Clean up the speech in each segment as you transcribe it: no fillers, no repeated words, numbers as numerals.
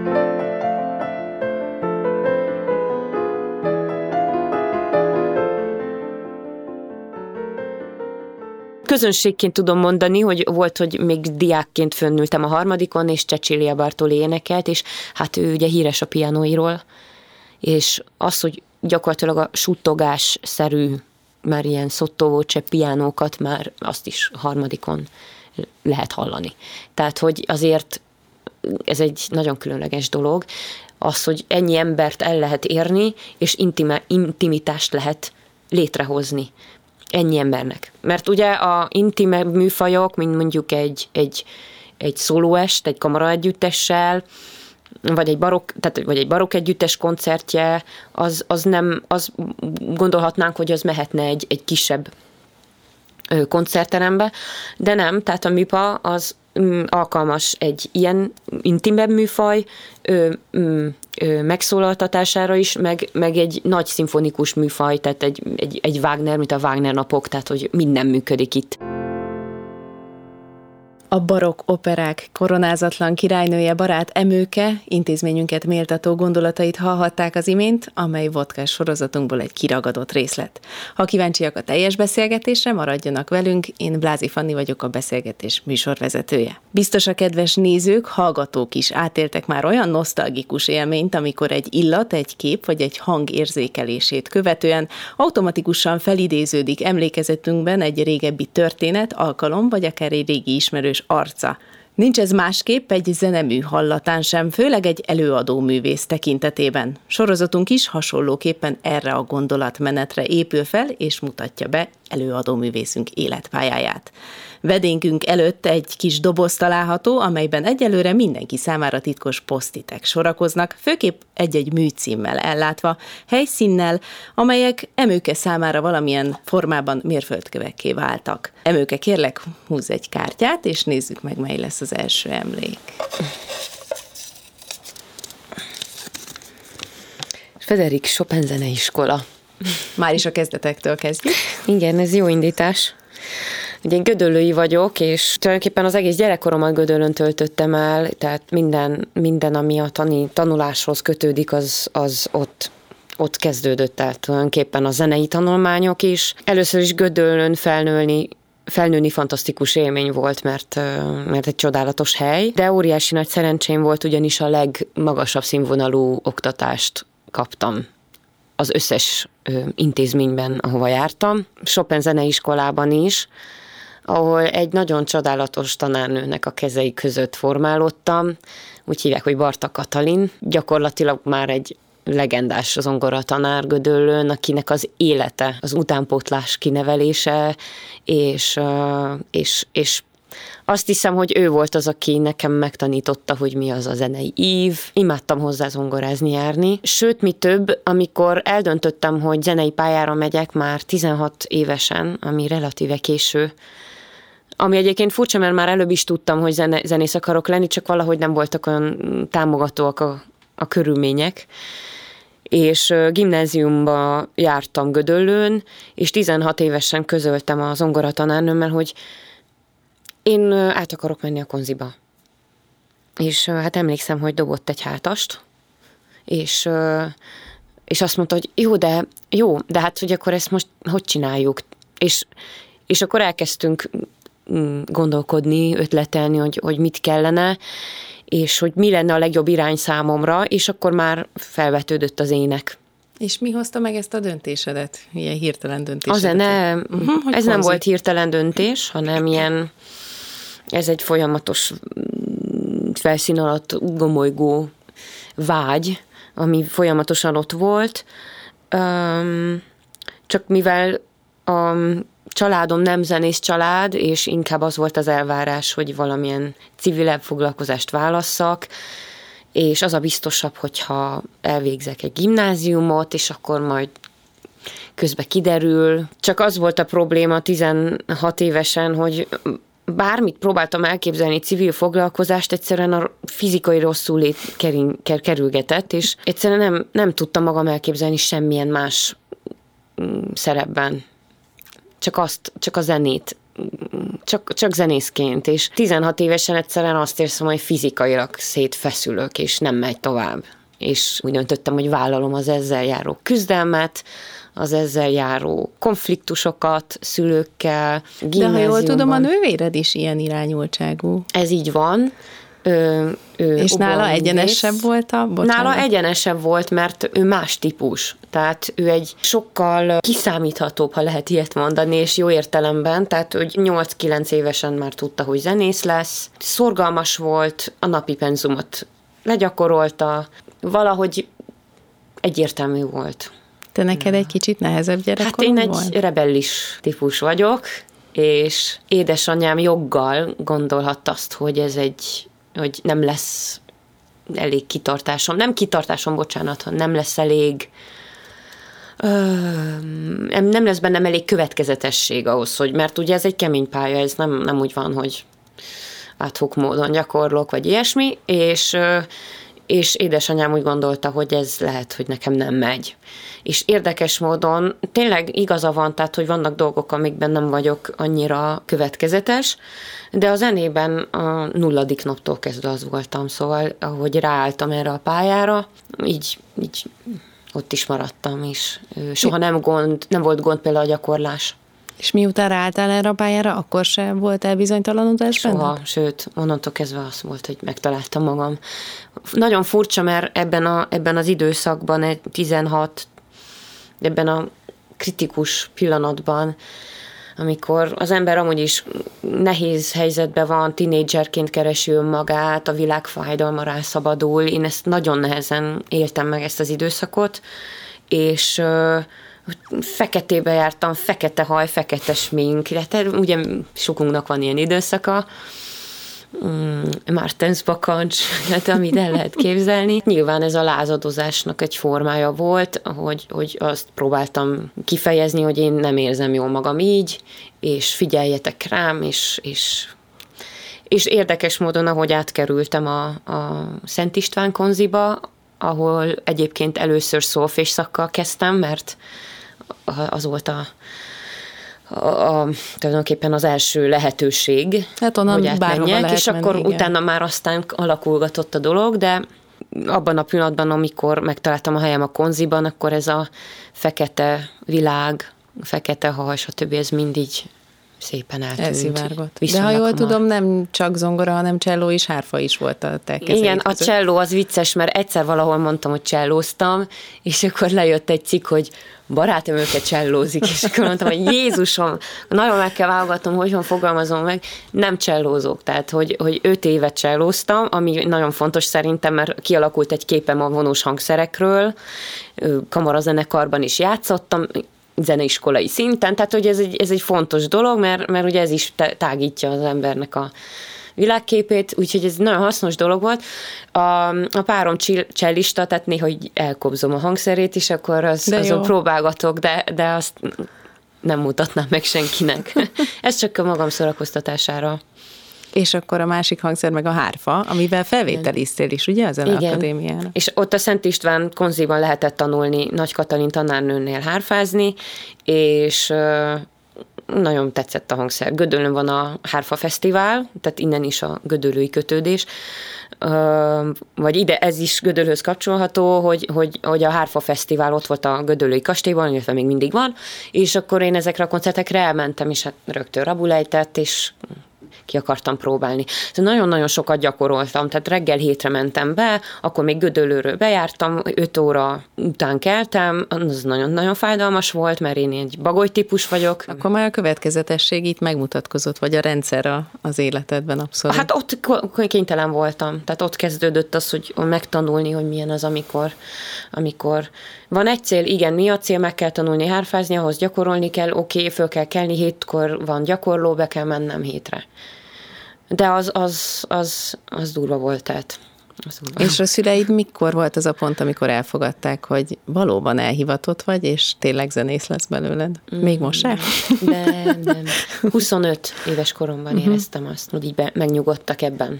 Közönségként tudom mondani, hogy volt, hogy még diákként fönnültem a harmadikon, és Cecilia Bartoli énekelt, és hát ő ugye híres a pianóiról, és az, hogy gyakorlatilag a suttogás-szerű, már ilyen sotto voce pianókat már azt is harmadikon lehet hallani. Tehát, hogy azért ez egy nagyon különleges dolog, az, hogy ennyi embert el lehet érni, és intimitást lehet létrehozni ennyi embernek. Mert ugye a intime műfajok, mint mondjuk egy szólóest, egy kamaraegyüttessel, vagy egy barokk együttes koncertje, az gondolhatnánk, hogy az mehetne egy kisebb koncertterembe, de nem, tehát a műpa az alkalmas egy ilyen intimebb műfaj megszólaltatására is, meg egy nagy szimfonikus műfaj, tehát egy Wagner, mint a Wagner napok, tehát hogy minden működik itt. A barokk operák koronázatlan királynője Barát Emőke intézményünket méltató gondolatait hallhatták az imént, amely vodkás sorozatunkból egy kiragadott részlet. Ha kíváncsiak a teljes beszélgetésre, maradjanak velünk, én Blázi Fanni vagyok, a beszélgetés műsorvezetője. Biztos a kedves nézők, hallgatók is átéltek már olyan nosztalgikus élményt, amikor egy illat, egy kép vagy egy hang érzékelését követően automatikusan felidéződik emlékezetünkben egy régebbi történet, alkalom vagy akár egy régi ismerős arca. Nincs ez másképp egy zenemű hallatán sem, főleg egy előadó művész tekintetében. Sorozatunk is hasonlóképpen erre a gondolatmenetre épül fel, és mutatja be előadó művészünk életpályáját. Vedénkünk előtt egy kis doboz található, amelyben egyelőre mindenki számára titkos posztitek sorakoznak, főképp egy-egy műcímmel ellátva, helyszínnel, amelyek Emőke számára valamilyen formában mérföldkövekké váltak. Emőke, kérlek, húzz egy kártyát, és nézzük meg, mely lesz az első emlék. Frédéric Chopin zeneiskola. Már is a kezdetektől kezdjük. Igen, ez jó indítás. Ugye én gödöllői vagyok, és tulajdonképpen az egész gyerekkoromat Gödöllőn töltöttem el, tehát minden ami a tanuláshoz kötődik, az ott kezdődött el tulajdonképpen a zenei tanulmányok is. Először is Gödöllőn felnőni fantasztikus élmény volt, mert egy csodálatos hely, de óriási nagy szerencsém volt, ugyanis a legmagasabb színvonalú oktatást kaptam az összes intézményben, ahova jártam. Chopin zeneiskolában is, ahol egy nagyon csodálatos tanárnőnek a kezei között formálódtam. Úgy hívják, hogy Barta Katalin. Gyakorlatilag már egy legendás zongoratanár Gödöllőn, akinek az élete, az utánpótlás kinevelése, és azt hiszem, hogy ő volt az, aki nekem megtanította, hogy mi az a zenei ív. Imádtam hozzá zongorázni, járni. Sőt, mi több, amikor eldöntöttem, hogy zenei pályára megyek már 16 évesen, ami relatíve késő, ami egyébként furcsa, mert már előbb is tudtam, hogy zenész akarok lenni, csak valahogy nem voltak olyan támogatóak a körülmények. És gimnáziumba jártam Gödöllőn, és 16 évesen közöltem a zongoratanárnőmmel, hogy én át akarok menni a konziba. És hát emlékszem, hogy dobott egy hátast, és azt mondta, hogy jó, de hát, hogy akkor ezt most hogy csináljuk? És akkor elkezdtünk gondolkodni, ötletelni, hogy mit kellene, és hogy mi lenne a legjobb irány számomra, és akkor már felvetődött az ének. És mi hozta meg ezt a döntésedet? Ilyen hirtelen döntésedet? A zene, ez nem volt hirtelen döntés, hanem ez egy folyamatos felszín alatt gomolygó vágy, ami folyamatosan ott volt. Csak mivel a családom nem zenész család, és inkább az volt az elvárás, hogy valamilyen civilebb foglalkozást válasszak, és az a biztosabb, hogyha elvégzek egy gimnáziumot, és akkor majd közben kiderül. Csak az volt a probléma 16 évesen, hogy bármit próbáltam elképzelni civil foglalkozást, egyszerűen a fizikai rosszul kerülgetett, és egyszerűen nem tudtam magam elképzelni semmilyen más szerepben. Csak a zenét csak zenészként, és 16 évesen egyszerűen azt érzem, hogy fizikailag szétfeszülök, és nem megy tovább. És úgy döntöttem, hogy vállalom az ezzel járó küzdelmet, az ezzel járó konfliktusokat szülőkkel, gimnáziumban. De ha jól tudom, a nővéred is ilyen irányultságú. Ez így van. És nála egyenesebb volt Nála egyenesebb volt, mert ő más típus. Tehát ő egy sokkal kiszámíthatóbb, ha lehet ilyet mondani, és jó értelemben, tehát hogy 8-9 évesen már tudta, hogy zenész lesz. Szorgalmas volt, a napi penzumot legyakorolta, valahogy egyértelmű volt. Te neked egy kicsit nehezebb gyerekkorod volt? Hát én egy rebellis típus vagyok, és édesanyám joggal gondolhatta azt, hogy nem lesz elég kitartásom. Nem kitartásom, bocsánat, hanem nem lesz elég nem lesz bennem elég következetesség ahhoz, mert ugye ez egy kemény pálya, ez nem úgy van, hogy ad-hoc módon gyakorlok, vagy ilyesmi, és édesanyám úgy gondolta, hogy ez lehet, hogy nekem nem megy. És érdekes módon tényleg igaza van, tehát, hogy vannak dolgok, amikben nem vagyok annyira következetes, de a zenében a 0. naptól kezdve az voltam, szóval ahogy ráálltam erre a pályára, így ott is maradtam, és soha nem volt gond például a gyakorlás. És miután ráálltál erre a pályára, akkor sem volt elbizonytalanodás benned? Soha, sőt, onnantól kezdve az volt, hogy megtaláltam magam. Nagyon furcsa, mert ebben az időszakban, 16, ebben a kritikus pillanatban, amikor az ember amúgy is nehéz helyzetben van, tinédzserként keresi önmagát, a világ fájdalma rászabadul. Én ezt nagyon nehezen éltem meg, ezt az időszakot, és feketébe jártam, fekete haj, fekete smink, tehát ugye sokunknak van ilyen időszaka, Martens bakancs, hát amit el lehet képzelni. Nyilván ez a lázadozásnak egy formája volt, hogy azt próbáltam kifejezni, hogy én nem érzem jól magam így, és figyeljetek rám, és érdekes módon, ahogy átkerültem a Szent István konziba, ahol egyébként először szólfés szakkal kezdtem, mert az volt tulajdonképpen az első lehetőség, hát onnan hogy átmenjek, és akkor menni, utána már aztán alakulgatott a dolog, de abban a pillanatban, amikor megtaláltam a helyem a konziban, akkor ez a fekete világ, fekete haj, stb. Ez mindig szépen eltűnt. Elszivárgott. De ha jól tudom, nem csak zongora, hanem cselló és hárfa is volt a te kezeid Igen, között. a cselló az vicces, mert egyszer valahol mondtam, hogy csellóztam, és akkor lejött egy cikk, hogy barátom őket csellózik, és akkor mondtam, hogy Jézusom, nagyon meg kell válogatnom, hogyan fogalmazom meg, nem csellózok, tehát hogy 5 évet csellóztam, ami nagyon fontos szerintem, mert kialakult egy képem a vonós hangszerekről, kamarazenekarban is játszottam, zeneiskolai szinten, tehát hogy ez egy fontos dolog, mert ugye ez is tágítja az embernek a világképét, úgyhogy ez nagyon hasznos dolog volt. A párom csellista, tehát néha így elkobzom a hangszerét, és akkor azon próbálgatok, de azt nem mutatnám meg senkinek. Ez csak a magam szórakoztatására. És akkor a másik hangszer meg a hárfa, amivel felvételiztél is, ugye, az akadémiára? És ott a Szent István konziban lehetett tanulni Nagy Katalin tanárnőnél hárfázni, és nagyon tetszett a hangszer. Gödöllőn van a Hárfa Fesztivál, tehát innen is a gödöllői kötődés, vagy ide ez is Gödöllőhöz kapcsolható, hogy a Hárfa Fesztivál ott volt a Gödöllői kastélyban, illetve még mindig van, és akkor én ezekre a koncertekre elmentem, és hát rögtön rabulejtett, és ki akartam próbálni. Nagyon-nagyon sokat gyakoroltam, tehát reggel 7-re mentem be, akkor még Gödöllőről bejártam, 5 óra után keltem, az nagyon-nagyon fájdalmas volt, mert én egy bagoly típus vagyok. Akkor már a következetesség itt megmutatkozott, vagy a rendszer az életedben abszolút? Hát ott kénytelen voltam, tehát ott kezdődött az, hogy megtanulni, hogy milyen az, amikor van egy cél, igen, mi a cél, meg kell tanulni hárfázni, ahhoz gyakorolni kell, oké, föl kell kelni, 7-kor van gyakorló, be kell mennem 7-re. De az durva volt, tehát. És a szüleid mikor volt az a pont, amikor elfogadták, hogy valóban elhivatott vagy, és tényleg zenész lesz belőled? Még most sem? Nem. 25 éves koromban éreztem azt, hogy így megnyugodtak ebben.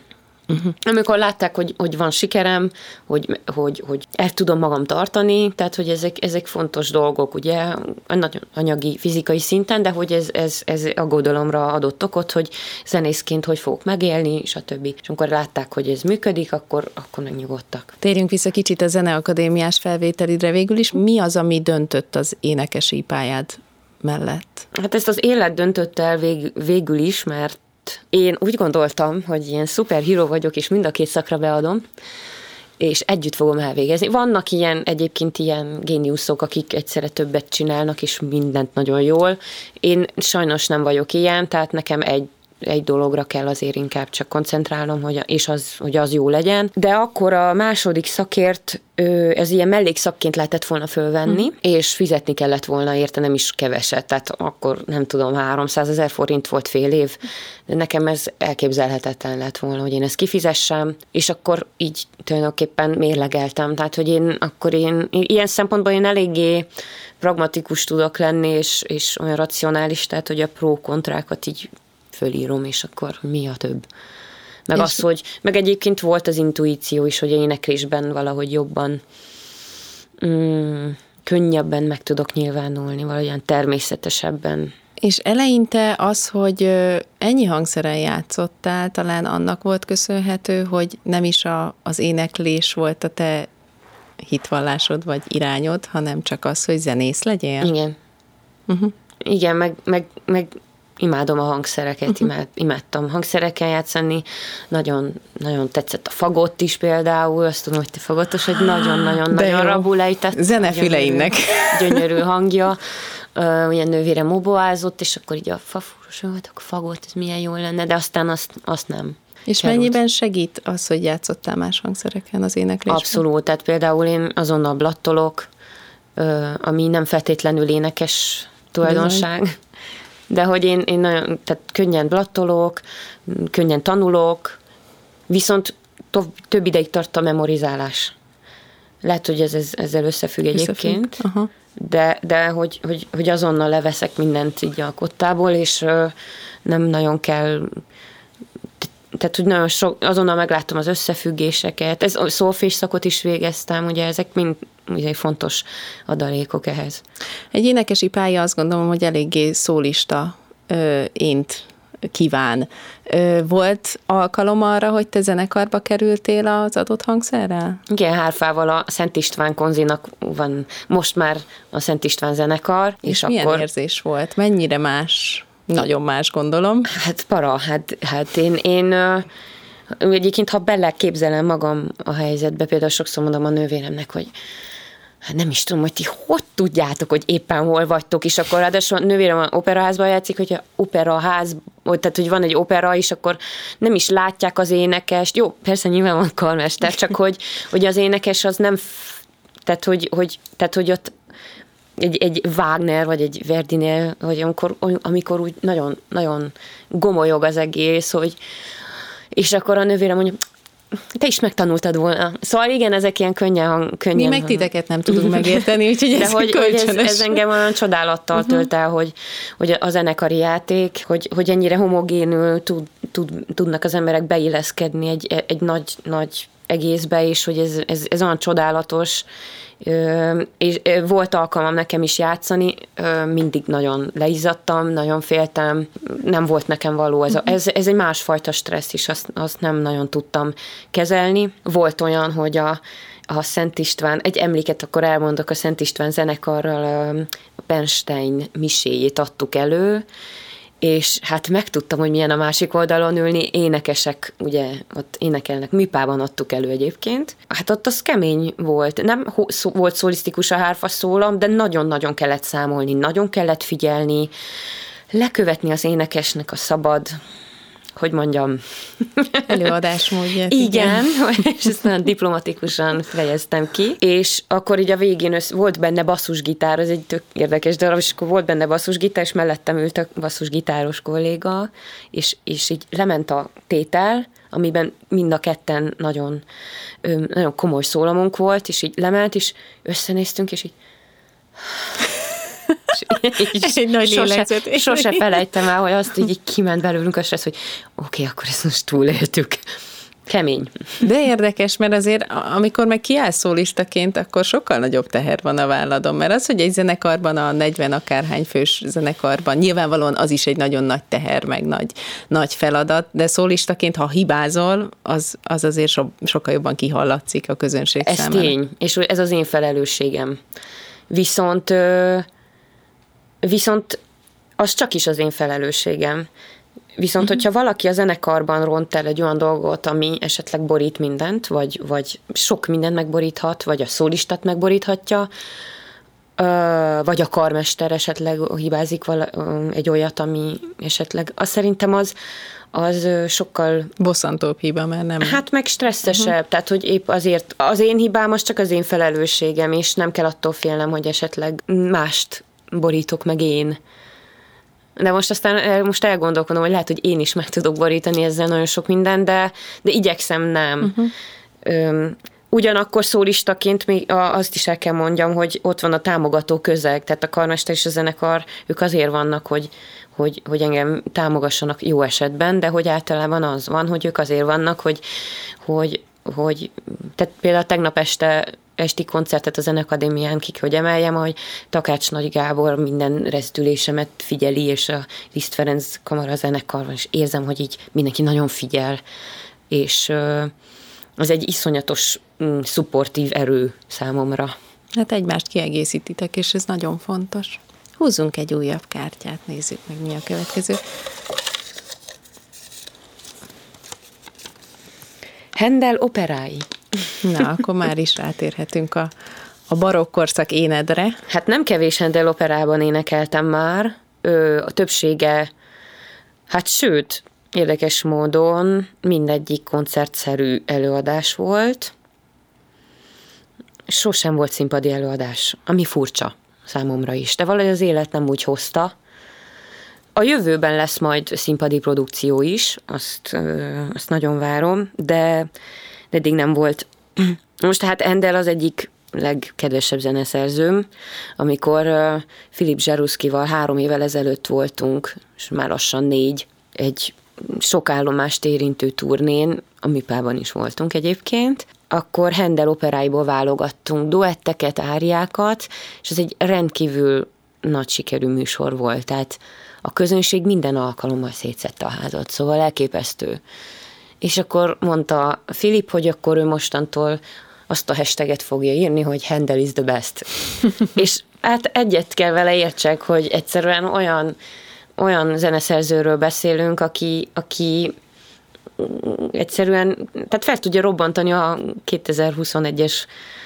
Amikor látták, hogy van sikerem, hogy el tudom magam tartani, tehát, hogy ezek fontos dolgok, ugye, nagyon anyagi, fizikai szinten, de hogy ez aggodalomra adott okot, hogy zenészként hogy fogok megélni, stb. És amikor látták, hogy ez működik, akkor megnyugodtak. Térjünk vissza kicsit a zeneakadémiás felvételidre végül is. Mi az, ami döntött az énekesi pályád mellett? Hát ezt az élet döntött el végül is, mert én úgy gondoltam, hogy ilyen szuperhíró vagyok, és mind a két szakra beadom, és együtt fogom elvégezni. Vannak egyébként ilyen géniuszok, akik egyszerre többet csinálnak, és mindent nagyon jól. Én sajnos nem vagyok ilyen, tehát nekem egy dologra kell azért inkább csak koncentrálnom, hogy az jó legyen. De akkor a második szakért ez ilyen mellékszakként lehetett volna fölvenni, és fizetni kellett volna érte, nem is keveset, tehát akkor nem tudom, 300 000 forint volt fél év, de nekem ez elképzelhetetlen lett volna, hogy én ezt kifizessem, és akkor így tulajdonképpen mérlegeltem, tehát hogy én ilyen szempontból én eléggé pragmatikus tudok lenni, és olyan racionális, tehát hogy a pro-kontrákat így fölírom, és akkor mi a több. Meg egyébként volt az intuíció is, hogy éneklésben valahogy jobban, könnyebben meg tudok nyilvánulni, valahogyan természetesebben. És eleinte az, hogy ennyi hangszeren játszottál, talán annak volt köszönhető, hogy nem is az éneklés volt a te hitvallásod vagy irányod, hanem csak az, hogy zenész legyél? Igen. Igen, meg imádom a hangszereket, imádtam hangszerekkel játszani, nagyon, nagyon tetszett a fagott is például, azt tudom, hogy te fagottos, hogy nagyon-nagyon rabul ejtett. Zenefüleimnek. Gyönyörű hangja, olyan nővérem oboázott, és akkor így a fafúros, a fagott, ez milyen jól lenne, de aztán azt nem. És került. Mennyiben segít az, hogy játszottál más hangszereken az éneklésben? Abszolút, tehát például én azonnal blattolok, ami nem feltétlenül énekes tulajdonság. Bizony. De hogy én nagyon, tehát könnyen blattolok, könnyen tanulok, viszont több ideig tart a memorizálás. Lehet, hogy ez ezzel összefügg egyébként, de hogy azonnal leveszek mindent így a kottából, és nem nagyon kell, tehát hogy nagyon azonnal megláttam az összefüggéseket. Szolfés szakot is végeztem, ugye ezek mind ugye fontos adalékok ehhez. Egy énekesi pálya azt gondolom, hogy eléggé szólista ént kíván. Volt alkalom arra, hogy te zenekarba kerültél az adott hangszerrel? Igen, hárfával a Szent István Konzinak van most már a Szent István zenekar. És milyen akkor érzés volt? Mennyire más? Nagyon más, gondolom. Hát hát én egyébként, ha beleképzelem magam a helyzetbe, például sokszor mondom a nővéremnek, hogy hát nem is tudom, hogy ti hogy tudjátok, hogy éppen hol vagytok, és akkor ráadásul a nővérem operaházban játszik, hogy a operaház, tehát hogy van egy opera, és akkor nem is látják az énekest. Jó, persze nyilván van karmester, csak hogy az énekes az nem, tehát hogy ott egy Wagner, vagy egy Verdinél, vagy amikor úgy nagyon, nagyon gomolyog az egész, hogy és akkor a nővérem mondja, te is megtanultad volna. Szóval igen, ezek ilyen könnyen. Mi meg titeket nem tudunk megérteni, úgyhogy ez kölcsönös. Ez engem olyan csodálattal tölt el, hogy a zenekari játék, hogy ennyire homogénül tudnak az emberek beilleszkedni egy nagy egészbe, és hogy ez olyan csodálatos, és volt alkalmam nekem is játszani, mindig nagyon leizzadtam, nagyon féltem, nem volt nekem való. Ez egy másfajta stressz is, azt nem nagyon tudtam kezelni. Volt olyan, hogy a Szent István, egy emléket akkor elmondok, a Szent István zenekarral a Bernstein miséjét adtuk elő, és hát megtudtam, hogy milyen a másik oldalon ülni, énekesek, ugye, ott énekelnek, műpában adtuk elő egyébként. Hát ott az kemény volt, nem volt szólisztikus a hárfa szólam, de nagyon-nagyon kellett számolni, nagyon kellett figyelni, lekövetni az énekesnek a szabad, hogy mondjam, előadásmódját. Igen, és ezt nagyon diplomatikusan fejeztem ki, és akkor így a végén volt benne basszusgitár, ez egy tök érdekes darab, és akkor volt benne basszusgitár, és mellettem ült a basszusgitáros kolléga, és így lement a tétel, amiben mind a ketten nagyon komoly szólamunk volt, és így lement, és összenéztünk, és így egy nagy lélegzet. Sose felejtem el, hogy azt így kiment belőlünk a stressz, hogy oké, akkor ezt most túléltük. Kemény. De érdekes, mert azért amikor meg kiállsz szólistaként, akkor sokkal nagyobb teher van a válladon, mert az, hogy egy zenekarban, a 40 akárhány fős zenekarban, nyilvánvalóan az is egy nagyon nagy teher, meg nagy feladat, de szólistaként, ha hibázol, az azért sokkal jobban kihallatszik a közönség számára. Ez tény, és ez az én felelősségem. Viszont az csak is az én felelősségem. Viszont, hogyha valaki a zenekarban ront el egy olyan dolgot, ami esetleg borít mindent, vagy sok mindent megboríthat, vagy a szólistát megboríthatja, vagy a karmester esetleg hibázik egy olyat, ami esetleg, azt szerintem az sokkal... bosszantóbb hiba, mert nem... Hát meg stresszesebb, tehát hogy épp azért az én hibám, az csak az én felelősségem, és nem kell attól félnem, hogy esetleg mást borítok meg én. De most elgondolkodom, hogy lehet, hogy én is meg tudok borítani ezzel nagyon sok mindent, de igyekszem nem. Ugyanakkor szólistaként még azt is el kell mondjam, hogy ott van a támogató közeg, tehát a karmester és a zenekar, ők azért vannak, hogy engem támogassanak jó esetben, de hogy általában az van, hogy ők azért vannak, hogy tehát például tegnap esti koncertet a Zenekadémián hogy emeljem, hogy Takács Nagy Gábor minden rezdülésemet figyeli, és a Liszt Ferenc Kamara zenekar van, és érzem, hogy így mindenki nagyon figyel, és az egy iszonyatos szupportív erő számomra. Hát egymást kiegészítitek, és ez nagyon fontos. Húzzunk egy újabb kártyát, nézzük meg, mi a következő. Handel operái. Na, akkor már is rátérhetünk a barokk korszak énedre. Hát nem kevés Handel operában énekeltem már, a többsége, hát sőt, érdekes módon mindegyik koncertszerű előadás volt. Sosem volt színpadi előadás, ami furcsa számomra is, de valahogy az élet nem úgy hozta. A jövőben lesz majd színpadi produkció is, azt nagyon várom, de eddig nem volt. Most tehát Handel az egyik legkedvesebb zeneszerzőm, amikor Philip Zsaruszkival 3 évvel ezelőtt voltunk, és már lassan 4, egy sok állomást érintő turnén, a Műpában is voltunk egyébként, akkor Handel operáiból válogattunk duetteket, áriákat, és ez egy rendkívül nagy sikerű műsor volt, tehát a közönség minden alkalommal szétszette a házat, szóval elképesztő. És akkor mondta Filip, hogy akkor ő mostantól azt a hashtaget fogja írni, hogy Handel is the best. És hát egyet kell vele értsek, hogy egyszerűen olyan zeneszerzőről beszélünk, aki egyszerűen, tehát fel tudja robbantani a 2021-es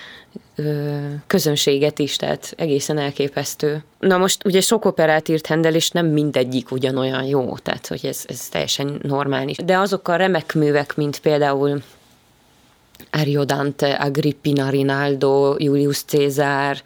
közönséget is, tehát egészen elképesztő. Na most ugye sok operát írt Handel, és nem mindegyik ugyanolyan jó, tehát hogy ez teljesen normális. De azok a remek művek, mint például Ariodante, Agrippina, Rinaldo, Julius Caesar,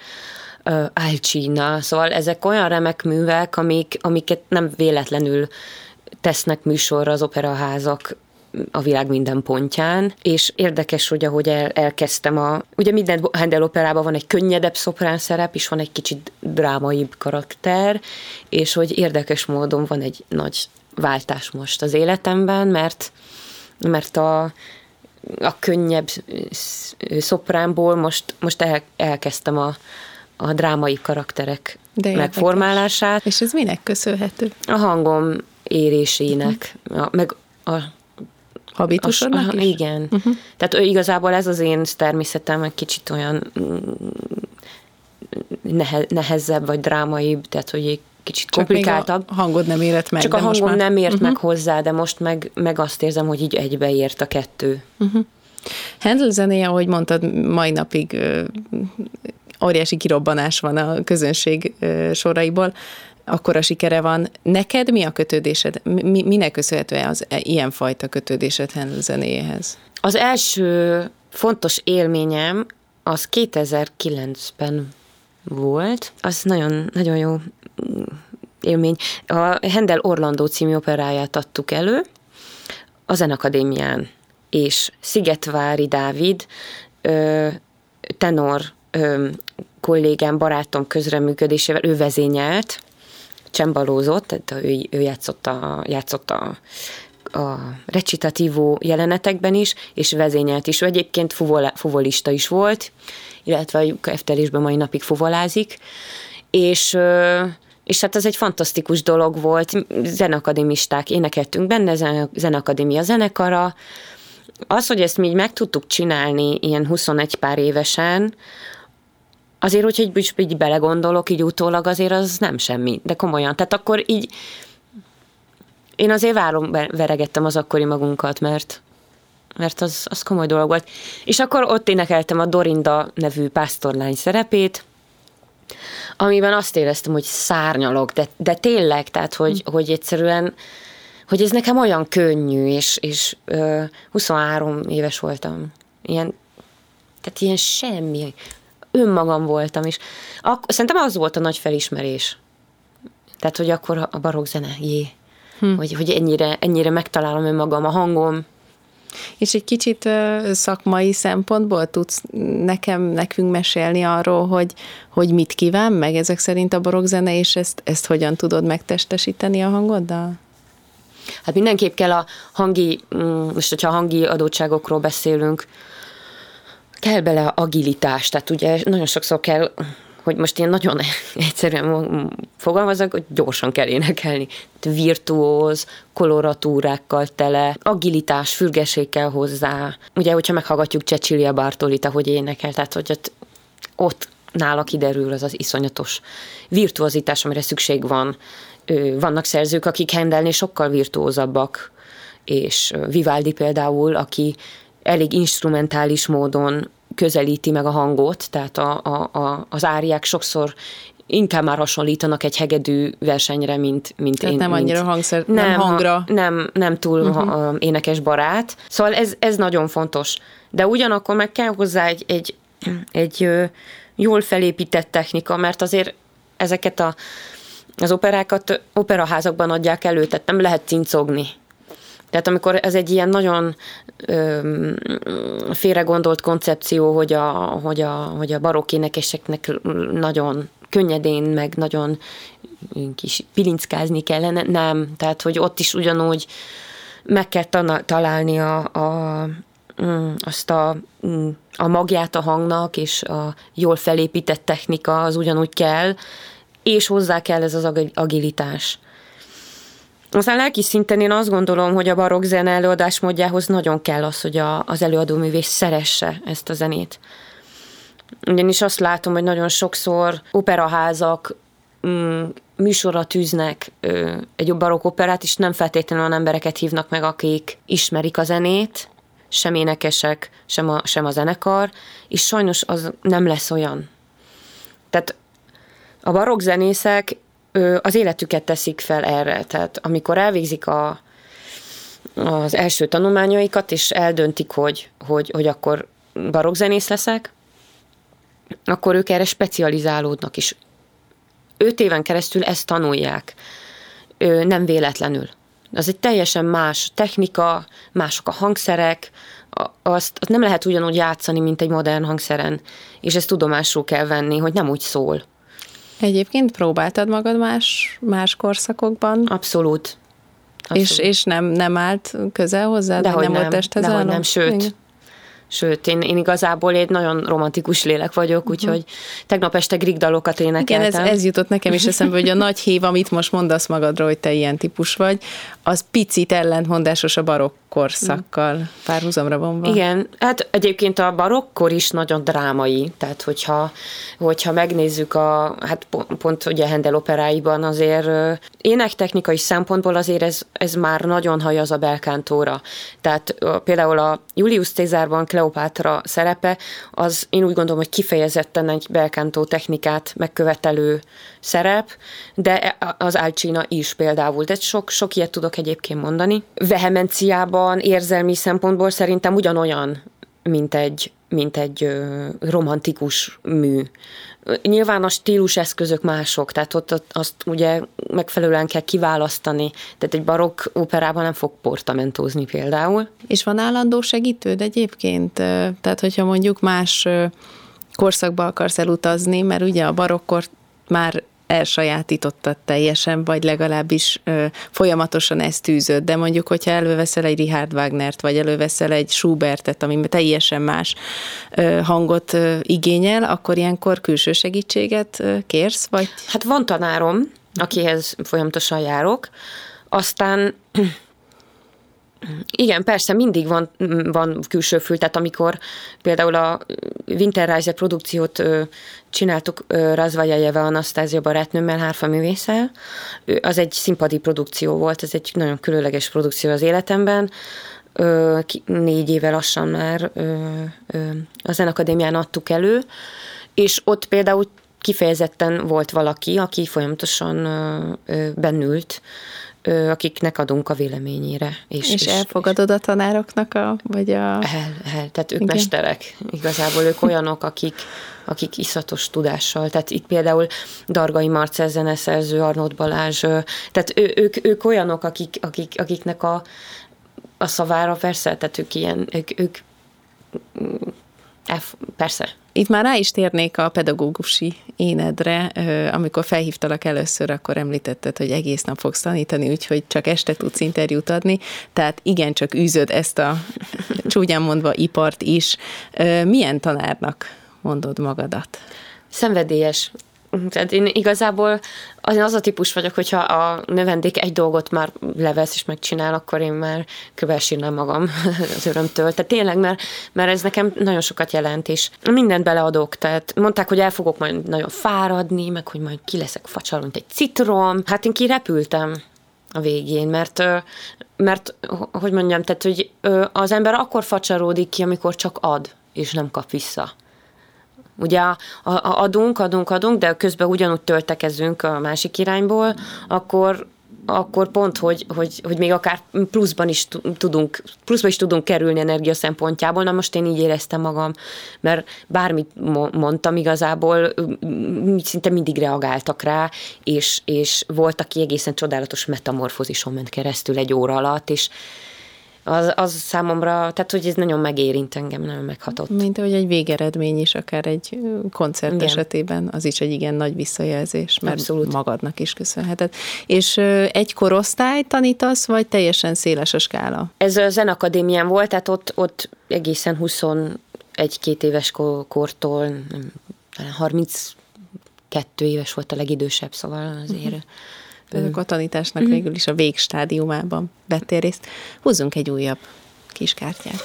Alcina, szóval ezek olyan remek művek, amiket nem véletlenül tesznek műsorra az operaházak a világ minden pontján, és érdekes, hogy ahogy elkezdtem ugye minden Handel operában van egy könnyedebb szoprán szerep, és van egy kicsit drámaibb karakter, és hogy érdekes módon van egy nagy váltás most az életemben, mert a könnyebb szopránból most elkezdtem a drámai karakterek megformálását. És ez minek köszönhető? A hangom érésének, meg a habitusodnak is? Igen. Tehát igazából ez az én természetem egy kicsit olyan nehezebb, vagy drámaibb, tehát hogy egy kicsit komplikáltabb. A hangod nem érett meg. Csak a hangom nem ért meg hozzá, de most meg azt érzem, hogy így egybeért a kettő. Handel zenéje, ahogy mondtad, mai napig óriási kirobbanás van a közönség soraiból, akkora sikere van. Neked mi a kötődésed? Minek köszönhető az ilyenfajta kötődésed Handel zenéjéhez? Az első fontos élményem az 2009-ben volt. Az nagyon, nagyon jó élmény. A Handel Orlandó című operáját adtuk elő a Zenekadémián, és Szigetvári Dávid tenor kollégám, barátom közreműködésével, ő vezényelt, csembalózott, tehát ő játszott a recitativo jelenetekben is, és vezényelt is. Ő egyébként fuvolista is volt, illetve a Eftelésben mai napig fuvolázik, és hát ez egy fantasztikus dolog volt. Zeneakadémisták énekeltünk benne, Zeneakadémia zenekara. Az, hogy ezt mi így meg tudtuk csinálni ilyen 21 pár évesen, azért, hogyha így belegondolok, így utólag azért az nem semmi, de komolyan. Tehát akkor így én azért veregettem az akkori magunkat, mert az komoly dolog volt. És akkor ott énekeltem a Dorinda nevű pásztorlány szerepét, amiben azt éreztem, hogy szárnyalok, de tényleg, tehát, hogy egyszerűen, hogy ez nekem olyan könnyű, és 23 éves voltam. Tehát ilyen semmi. Önmagam voltam, és szerintem az volt a nagy felismerés. Tehát, hogy akkor a barokk zene, hogy ennyire megtalálom önmagam, a hangom. És egy kicsit szakmai szempontból tudsz nekünk mesélni arról, hogy mit kíván meg ezek szerint a barokk zene, és ezt hogyan tudod megtestesíteni a hangoddal? Hát mindenképp kell most hogyha a hangi adottságokról beszélünk, kell bele agilitás, tehát ugye nagyon sokszor kell, hogy most ilyen nagyon egyszerűen fogalmazok, hogy gyorsan kell énekelni. Virtuóz, koloratúrákkal tele, agilitás, fürgesség kell hozzá. Ugye, hogyha meghallgatjuk Cecilia Bartolit, ahogy énekel, tehát hogy ott nála kiderül az iszonyatos virtuozitás, amire szükség van. Vannak szerzők, akik Handelnél sokkal virtuózabbak, és Vivaldi például, aki elég instrumentális módon közelíti meg a hangot, tehát az áriák sokszos inkább már hasonlítanak egy hegedű versenyre, mint tehát én. Nem annyira nem hangra. Nem túl énekes barát. Szóval ez nagyon fontos. De ugyanakkor meg kell hozzá egy jól felépített technika, mert azért ezeket az operákat operaházakban adják elő, tehát nem lehet cincogni. Tehát amikor ez egy ilyen nagyon félregondolt koncepció, hogy a barokk énekeseknek nagyon könnyedén, meg nagyon kis pilinckázni kellene, nem. Tehát, hogy ott is ugyanúgy meg kell találni azt a magját a hangnak, és a jól felépített technika az ugyanúgy kell, és hozzá kell ez az agilitás. Aztán lelki szinten én azt gondolom, hogy a barokk zene előadásmódjához nagyon kell az, hogy az előadóművész szeresse ezt a zenét. Ugyanis azt látom, hogy nagyon sokszor operaházak műsorra tűznek egy barokk operát, és nem feltétlenül olyan embereket hívnak meg, akik ismerik a zenét, sem énekesek, sem a zenekar, és sajnos az nem lesz olyan. Tehát a barokk zenészek az életüket teszik fel erre. Tehát amikor elvégzik az első tanulmányaikat, és eldöntik, hogy akkor barokk zenész leszek, akkor ők erre specializálódnak is. 5 éven keresztül ezt tanulják. Nem véletlenül. Az egy teljesen más technika, mások a hangszerek, azt nem lehet ugyanúgy játszani, mint egy modern hangszeren, és ezt tudomásul kell venni, hogy nem úgy szól. Egyébként próbáltad magad más korszakokban? Abszolút. És nem állt közel hozzád? Dehogy nem volt testhez dehogy nem, sőt, én igazából egy nagyon romantikus lélek vagyok, úgyhogy tegnap este Grieg dalokat énekeltem. Igen, ez jutott nekem is eszembe, hogy a nagy hív, amit most mondasz magadról, hogy te ilyen típus vagy, az picit ellentmondásos a barokk korszakkal párhuzamra vonva. Igen, hát egyébként a barokkor is nagyon drámai, tehát hogyha megnézzük hát pont ugye Handel operáiban azért énektechnikai szempontból azért ez már nagyon hajaz a belkántóra. Tehát például a Julius Cézárban Kleopátra szerepe, az én úgy gondolom, hogy kifejezetten egy belkántó technikát megkövetelő szerep, de az Alcina is például. Tehát sok ilyet tudok egyébként mondani. Vehemenciában, érzelmi szempontból szerintem ugyanolyan, mint egy romantikus mű. Nyilván a stíluseszközök mások, tehát ott azt ugye megfelelően kell kiválasztani. Tehát egy barokk operában nem fog portamentózni például. És van állandó segítőd egyébként? Tehát, hogyha mondjuk más korszakba akarsz elutazni, mert ugye a barokkor már elsajátítottad teljesen, vagy legalábbis folyamatosan ezt tűzöd, de mondjuk, hogyha előveszel egy Richard Wagnert, vagy előveszel egy Schubertet, ami teljesen más hangot igényel, akkor ilyenkor külső segítséget kérsz, vagy? Hát van tanárom, akihez folyamatosan járok, aztán igen, persze mindig van külső fül, tehát amikor például a Winterreise produkciót csináltuk Razvajajeva Anasztázia barátnőmmel, hárfaművésszel, az egy színpadi produkció volt, ez egy nagyon különleges produkció az életemben, 4 éve lassan már a Zenakadémián adtuk elő, és ott például kifejezetten volt valaki, aki folyamatosan bennült, akiknek adunk a véleményére. És elfogadod a tanároknak tehát ők igen. Mesterek. Igazából ők olyanok, akik iszatos tudással. Tehát itt például Dargai Marcell zeneszerző, Arnold Balázs, tehát ők olyanok, akiknek a szavára persze, tehát ők persze. Itt már rá is térnék a pedagógusi énedre, amikor felhívtalak először, akkor említetted, hogy egész nap fogsz tanítani, úgyhogy csak este tudsz interjút adni, tehát igencsak űzöd ezt a csúnyán mondva ipart is. Milyen tanárnak mondod magadat? Szenvedélyes. Tehát én igazából az a típus vagyok, hogyha a növendék egy dolgot már levesz és megcsinál, akkor én már kövelsírnám magam az örömtől. Tehát tényleg, mert ez nekem nagyon sokat jelent, és mindent beleadok. Tehát mondták, hogy el fogok majd nagyon fáradni, meg hogy majd ki leszek facsal, mint egy citrom. Hát én kirepültem a végén, mert hogy mondjam, tehát, hogy az ember akkor facsaródik ki, amikor csak ad, és nem kap vissza. Ugye adunk, de közben ugyanúgy töltekezünk a másik irányból, akkor pont, hogy még akár pluszban is tudunk kerülni energia szempontjából. Na most én így éreztem magam, mert bármit mondtam igazából, szinte mindig reagáltak rá, és volt, aki egészen csodálatos metamorfózison ment keresztül egy óra alatt, és az számomra, tehát hogy ez nagyon megérint engem, nagyon meghatott. Mint ahogy egy végeredmény is, akár egy koncert igen. esetében, az is egy igen nagy visszajelzés, mert abszolút. Magadnak is köszönheted. És egy korosztály tanítasz, vagy teljesen széles a skála? Ez a Zenakadémián volt, tehát ott egészen 21-2 éves kortól, talán 32 éves volt a legidősebb, szóval azért... A tanításnak végül is a végstádiumában vettél részt. Húzzunk egy újabb kis kártyát.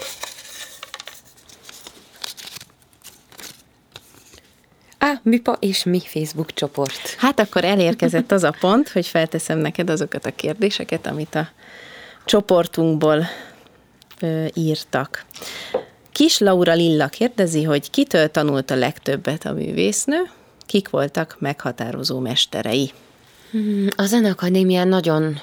Műpa és mi Facebook csoport. Hát akkor elérkezett az a pont, hogy felteszem neked azokat a kérdéseket, amit a csoportunkból írtak. Kis Laura Lilla kérdezi, hogy kitől tanult a legtöbbet a művésznő, kik voltak meghatározó mesterei? A Zenakadémián nagyon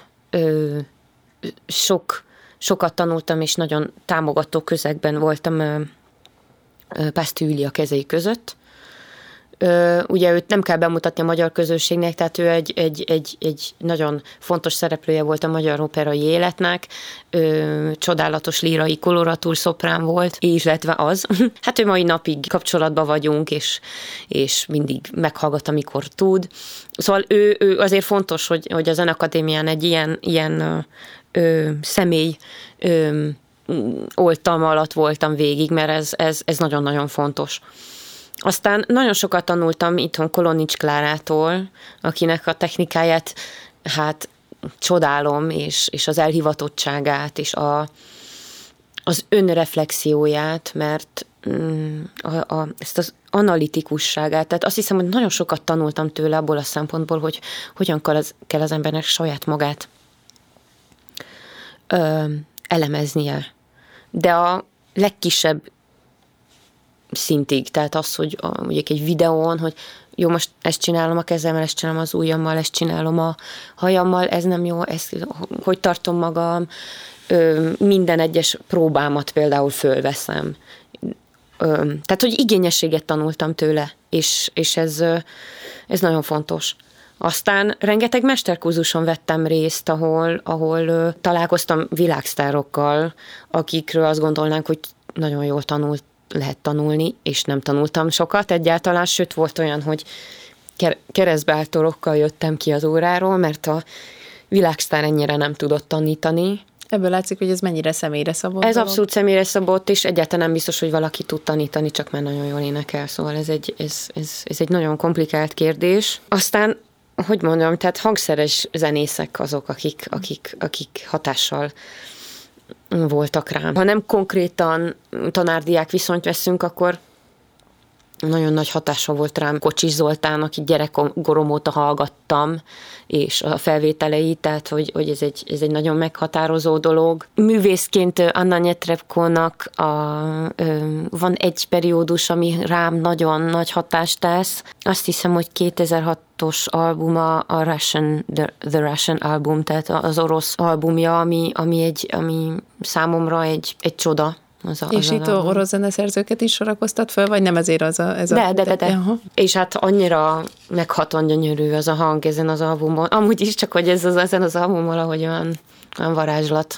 sokat tanultam, és nagyon támogató közegben voltam Pásztő Júlia kezei között. Ugye őt nem kell bemutatni a magyar közönségnek, tehát ő egy nagyon fontos szereplője volt a magyar operai életnek, csodálatos lírai koloratúr szoprán volt, illetve az. Hát ő mai napig kapcsolatban vagyunk, és mindig meghallgat, amikor tud. Szóval ő azért fontos, hogy a Zenakadémián egy ilyen személy oltalma alatt voltam végig, mert ez nagyon-nagyon fontos. Aztán nagyon sokat tanultam itthon Kolonics Klárától, akinek a technikáját hát csodálom, és az elhivatottságát, és az önreflexióját, mert ezt az analitikusságát, tehát azt hiszem, hogy nagyon sokat tanultam tőle abból a szempontból, hogy hogyan kell az embernek saját magát elemeznie. De a legkisebb szintig, tehát az, hogy mondjuk egy videón, hogy jó, most ezt csinálom a kezemmel, ezt csinálom az ujjammal, ezt csinálom a hajammal, ez nem jó, hogy tartom magam, minden egyes próbámat például fölveszem. Tehát, hogy igényességet tanultam tőle, és ez nagyon fontos. Aztán rengeteg mesterkurzuson vettem részt, ahol találkoztam világsztárokkal, akikről azt gondolnánk, hogy nagyon jól lehet tanulni, és nem tanultam sokat egyáltalán, sőt volt olyan, hogy keresztbeáltorokkal jöttem ki az óráról, mert a világsztár ennyire nem tudott tanítani. Ebből látszik, hogy ez mennyire személyre szabott. Ez abszolút személyre szabott, és egyáltalán nem biztos, hogy valaki tud tanítani, csak mert nagyon jól énekel. Szóval ez egy nagyon komplikált kérdés. Aztán, hogy mondjam, tehát hangszeres zenészek azok, akik hatással voltak rám. Ha nem konkrétan tanárdiák viszonyt veszünk, akkor nagyon nagy hatása volt rám Kocsis Zoltán, akit gyerekkorom óta hallgattam, és a felvételei, tehát hogy ez egy nagyon meghatározó dolog. Művészként Anna Netrebko-nak van egy periódus, ami rám nagyon nagy hatást tesz. Azt hiszem, hogy 2006-os albuma a The Russian album, tehát az orosz albumja, ami számomra egy csoda. És itt orosz zeneszerzőket is sorakoztat föl, vagy nem ezért De. És hát annyira meghatóan gyönyörű az a hang ezen az albumon. Amúgy is, csak hogy ezen az albumon valahogy olyan varázslat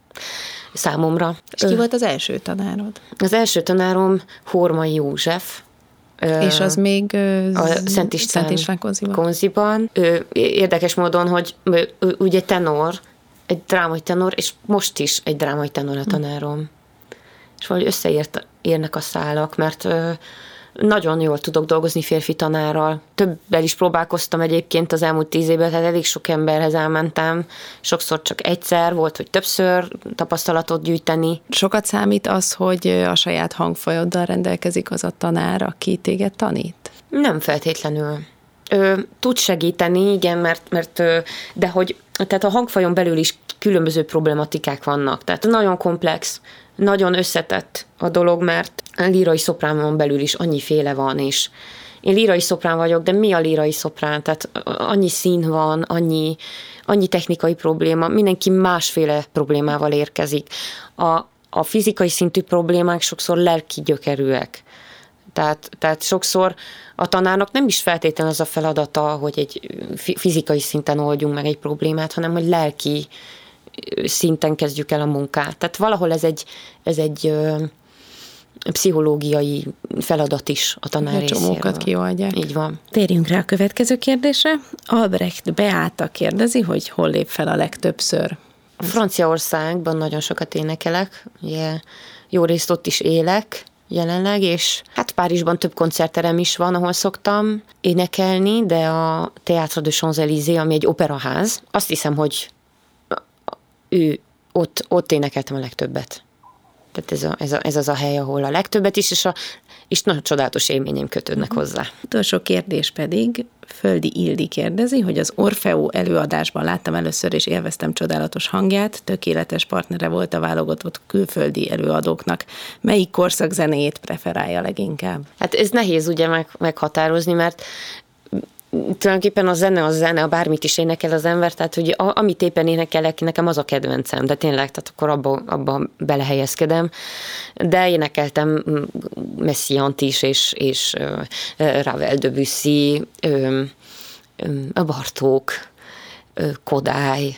számomra. És ki volt az első tanárod? Az első tanárom Hormai József. És az még a Szent István Konziban. Érdekes módon, hogy ugye tenor, egy drámai tenor, és most is egy drámai tenor a tanárom. És valahogy összeérnek a szálak, mert nagyon jól tudok dolgozni férfi tanárral. Többel is próbálkoztam egyébként az elmúlt 10 évben, tehát elég sok emberhez elmentem. Sokszor csak egyszer volt, hogy többször tapasztalatot gyűjteni. Sokat számít az, hogy a saját hangfajoddal rendelkezik az a tanár, aki téged tanít? Nem feltétlenül. Tud segíteni, igen, mert de hogy tehát a hangfajon belül is különböző problematikák vannak. Tehát nagyon komplex, nagyon összetett a dolog, mert a lírai szopránon belül is annyiféle van, és én lírai szoprán vagyok, de mi a lírai szoprán? Tehát annyi szín van, annyi technikai probléma, mindenki másféle problémával érkezik. A fizikai szintű problémák sokszor lelki gyökerűek. Tehát sokszor a tanárnak nem is feltétlenül az a feladata, hogy egy fizikai szinten oldjunk meg egy problémát, hanem hogy lelki szinten kezdjük el a munkát. Tehát valahol ez egy pszichológiai feladat is a tanár részéről. Csomókat kioldják. Így van. Térjünk rá a következő kérdésre. Albrecht Beáta kérdezi, hogy hol lép fel a legtöbbször? Franciaországban nagyon sokat énekelek, ugye jó részt ott is élek jelenleg, és hát Párizsban több koncertterem is van, ahol szoktam énekelni, de a Théâtre de Champs-Élysées, ami egy operaház, azt hiszem, hogy ott énekeltem a legtöbbet. Tehát ez az a hely, ahol a legtöbbet is, és nagyon csodálatos élményeim kötődnek hozzá. Utolsó kérdés pedig Földi Ildi kérdezi, hogy az Orfeó előadásban láttam először, és élveztem csodálatos hangját, tökéletes partnere volt a válogatott külföldi előadóknak. Melyik korszak zenéjét preferálja leginkább? Hát ez nehéz ugye meghatározni, mert tulajdonképpen a zene, bármit is énekel az ember, tehát hogy amit éppen énekelek, nekem az a kedvencem, de tényleg, tehát akkor abba belehelyezkedem. De énekeltem Messiaent is, és Ravel, Debussy, Bartók, Kodály,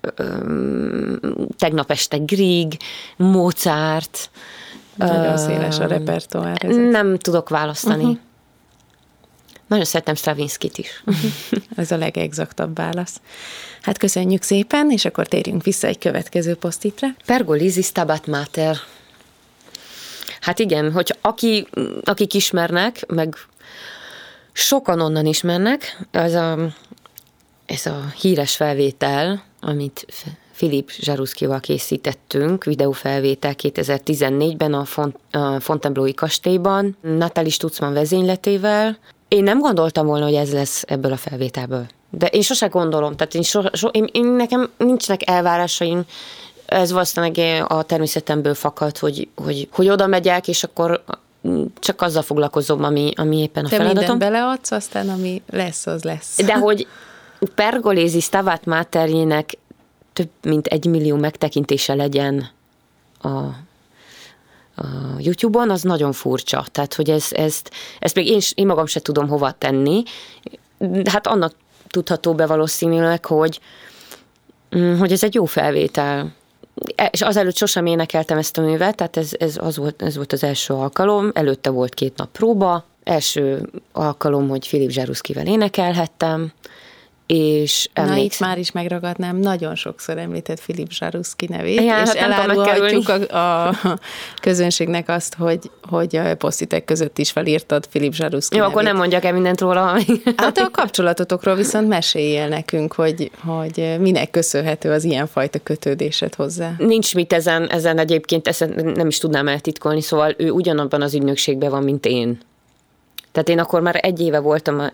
tegnap este Grieg, Mozart. Nagyon széles a repertoár. Nem tudok választani. Nagyon szeretem Stravinskit is. Ez a legexaktabb válasz. Hát köszönjük szépen, és akkor térjünk vissza egy következő posztitre. Pergolesi Stabat Mater. Hát igen, hogy akik ismernek, meg sokan onnan ismernek, ez a híres felvétel, amit Philippe Jaruszkival készítettünk, videófelvétel 2014-ben a Fontainebleau-i kastélyban, Nathalie Stutzmann vezényletével. Én nem gondoltam volna, hogy ez lesz ebből a felvételből. De én sose gondolom, tehát én nekem nincsenek elvárásaim, ez valószínűleg a természetemből fakad, hogy oda megyek, és akkor csak azzal foglalkozom, ami éppen a feladatom. Te minden beleadsz, aztán ami lesz, az lesz. De hogy Pergolesi Stabat Materjének több mint 1 millió megtekintése legyen a YouTube-on, az nagyon furcsa. Tehát, hogy ezt még én magam se tudom hova tenni. Hát annak tudható be valószínűleg, hogy ez egy jó felvétel. És azelőtt sosem énekeltem ezt a művet, tehát ez volt az első alkalom, előtte volt 2 nap próba. első alkalom, hogy Filip Zsaruszkivel énekelhettem, és na itt már is megragadnám, nagyon sokszor említett Filip Zsaruszki nevét, ja, és hát elárulhatjuk a közönségnek azt, hogy a posztitek között is felírtad Filip Zsaruszki nevét. Akkor nem mondjak el mindent róla. Hát a kapcsolatotokról viszont meséljél nekünk, hogy minek köszönhető az ilyenfajta kötődésed hozzá. Nincs mit ezen egyébként, ezt nem is tudnám eltitkolni, szóval ő ugyanabban az ügynökségben van, mint én. Tehát én akkor már 1 éve voltam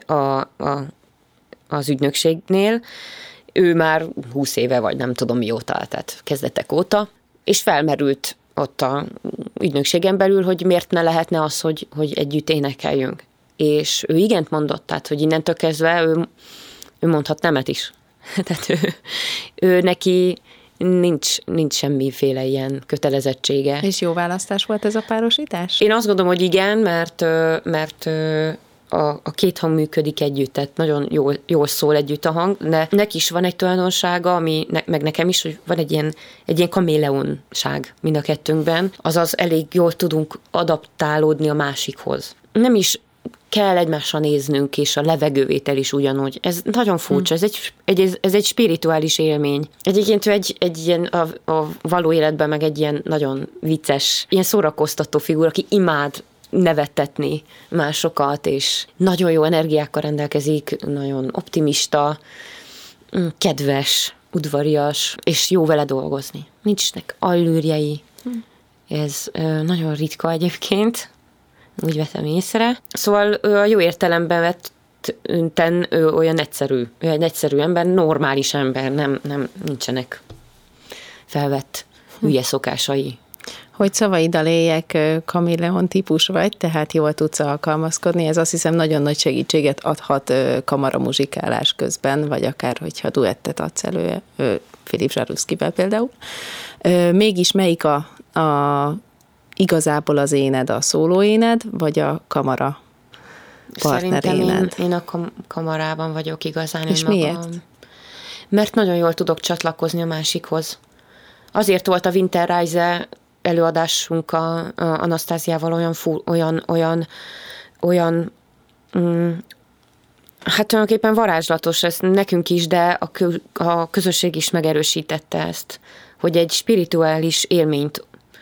az ügynökségnél, ő már 20 éve, vagy nem tudom mióta, tehát kezdetek óta, és felmerült ott a ügynökségen belül, hogy miért ne lehetne az, hogy együtt énekeljünk. És ő igent mondott, tehát, hogy innentől kezdve ő mondhat nemet is. Tehát ő neki nincs semmiféle ilyen kötelezettsége. És jó választás volt ez a párosítás? Én azt gondolom, hogy igen, mert a 2 hang működik együtt, tehát nagyon jól szól együtt a hang, de neki is van egy tulajdonsága, meg nekem is, hogy van egy ilyen kaméleonság mind a kettőnkben, azaz elég jól tudunk adaptálódni a másikhoz. Nem is kell egymásra néznünk, és a levegővétel is ugyanúgy. Ez nagyon furcsa, ez egy spirituális élmény. Egyébként egy ilyen a való életben meg egy ilyen nagyon vicces, ilyen szórakoztató figura, aki imád nevettetni másokat, és nagyon jó energiákkal rendelkezik, nagyon optimista, kedves, udvarias, és jó vele dolgozni. Nincsnek allűrjei. Ez nagyon ritka egyébként, úgy vettem észre. Szóval ő a jó értelemben vetten ő olyan egyszerű. Ő egy egyszerű ember, normális ember, nem nincsenek felvett hülye szokásai. Hogy szavaiddal éljek, kameleon típus vagy, tehát jól tudsz alkalmazkodni. Ez azt hiszem nagyon nagy segítséget adhat kamaramuzsikálás közben, vagy akár, hogyha duettet adsz elő, Filip Zsaruszkivel például. Mégis melyik igazából az éned, a szólóéned, vagy a kamara partneréned? Szerintem én a kamarában vagyok igazán. És miért? Mert nagyon jól tudok csatlakozni a másikhoz. Azért volt a Winterreise előadásunk a Anasztáziával olyan hát tulajdonképpen varázslatos, ez nekünk is, de a közösség is megerősítette ezt, hogy egy spirituális élményt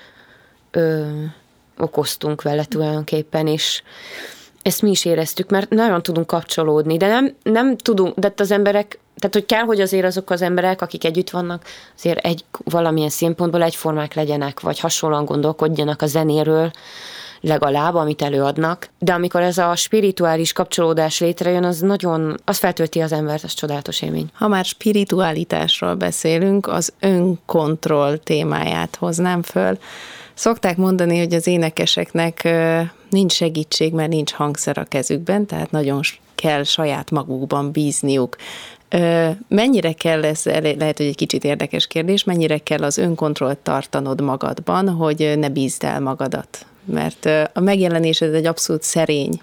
okoztunk vele tulajdonképpen, és ezt mi is éreztük, mert nagyon tudunk kapcsolódni, de nem tudunk, de az emberek, tehát hogy kell, hogy azért azok az emberek, akik együtt vannak, azért valamilyen szempontból egyformák legyenek, vagy hasonlóan gondolkodjanak a zenéről, legalább, amit előadnak. De amikor ez a spirituális kapcsolódás létrejön, az feltölti az embert, az csodálatos élmény. Ha már spiritualitásról beszélünk, az önkontroll témáját hoznám föl. Szokták mondani, hogy az énekeseknek nincs segítség, mert nincs hangszer a kezükben, tehát nagyon kell saját magukban bízniuk. Mennyire kell ez, lehet, hogy egy kicsit érdekes kérdés, mennyire kell az önkontrollt tartanod magadban, hogy ne bízd el magadat? Mert a megjelenésed egy abszolút szerény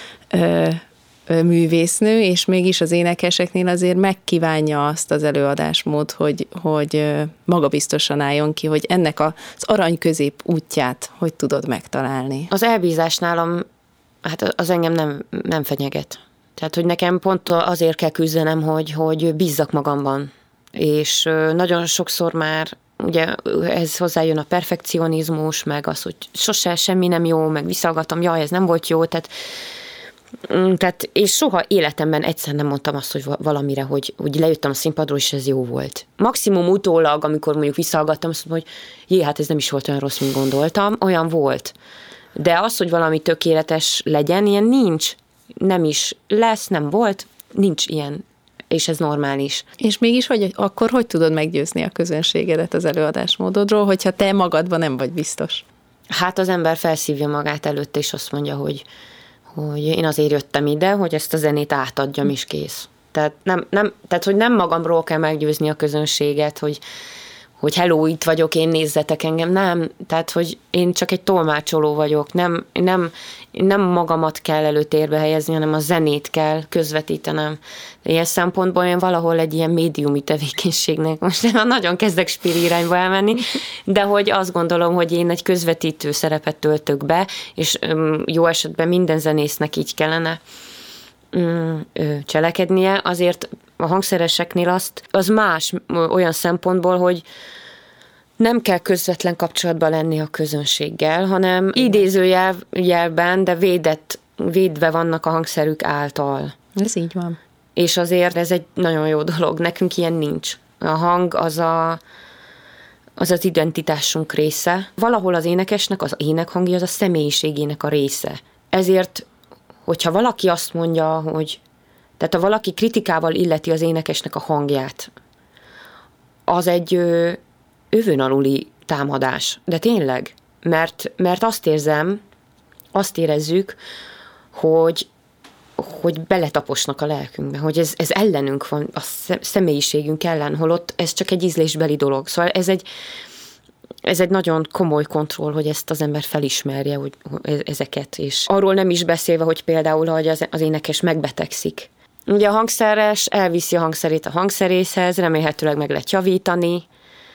művésznő, és mégis az énekeseknél azért megkívánja azt az előadásmód, hogy magabiztosan álljon ki, hogy ennek az arany közép útját hogy tudod megtalálni. Az elbízás nálam, hát az engem nem fenyeget. Tehát, hogy nekem pont azért kell küzdenem, hogy bízzak magamban. És nagyon sokszor már ugye ez hozzájön a perfekcionizmus, meg az, hogy sose semmi nem jó, meg visszahallgatom, jaj, ez nem volt jó, tehát és soha életemben egyszer nem mondtam azt, hogy valamire, hogy lejöttem a színpadról, és ez jó volt. Maximum utólag, amikor mondjuk visszahallgattam, azt mondom, hogy hát ez nem is volt olyan rossz, mint gondoltam, olyan volt. De az, hogy valami tökéletes legyen, ilyen nincs. Nem is lesz, nem volt, nincs ilyen, és ez normális. És mégis, akkor hogy tudod meggyőzni a közönségedet az előadásmódodról, hogyha te magadban nem vagy biztos? Hát az ember felszívja magát előtte, és azt mondja, hogy én azért jöttem ide, hogy ezt a zenét átadjam, és kész. Tehát, hogy nem magamról kell meggyőzni a közönséget, hogy hello, itt vagyok, én nézzetek engem. Nem, tehát, hogy én csak egy tolmácsoló vagyok, nem magamat kell előtérbe helyezni, hanem a zenét kell közvetítenem. De ilyen szempontból én valahol egy ilyen médiumi tevékenységnek, most nagyon kezdek spiri irányba elmenni, de hogy azt gondolom, hogy én egy közvetítő szerepet töltök be, és jó esetben minden zenésznek így kellene cselekednie, azért a hangszereseknél az más olyan szempontból, hogy nem kell közvetlen kapcsolatban lenni a közönséggel, hanem idézőjelben, de védve vannak a hangszerük által. Ez így van. És azért ez egy nagyon jó dolog. Nekünk ilyen nincs. A hang az identitásunk része. Valahol az énekesnek az énekhangja az a személyiségének a része. Ezért, hogyha valaki azt mondja, hogy tehát ha valaki kritikával illeti az énekesnek a hangját, az egy övön aluli támadás. De tényleg, mert azt érezzük, hogy beletaposnak a lelkünkbe, hogy ez ellenünk van, a személyiségünk ellen, holott ez csak egy ízlésbeli dolog. Szóval ez egy nagyon komoly kontroll, hogy ezt az ember felismerje, hogy ezeket. És arról nem is beszélve, hogy például, hogy az énekes megbetegszik. Ugye a hangszeres elviszi a hangszerét a hangszerészhez, remélhetőleg meg lehet javítani.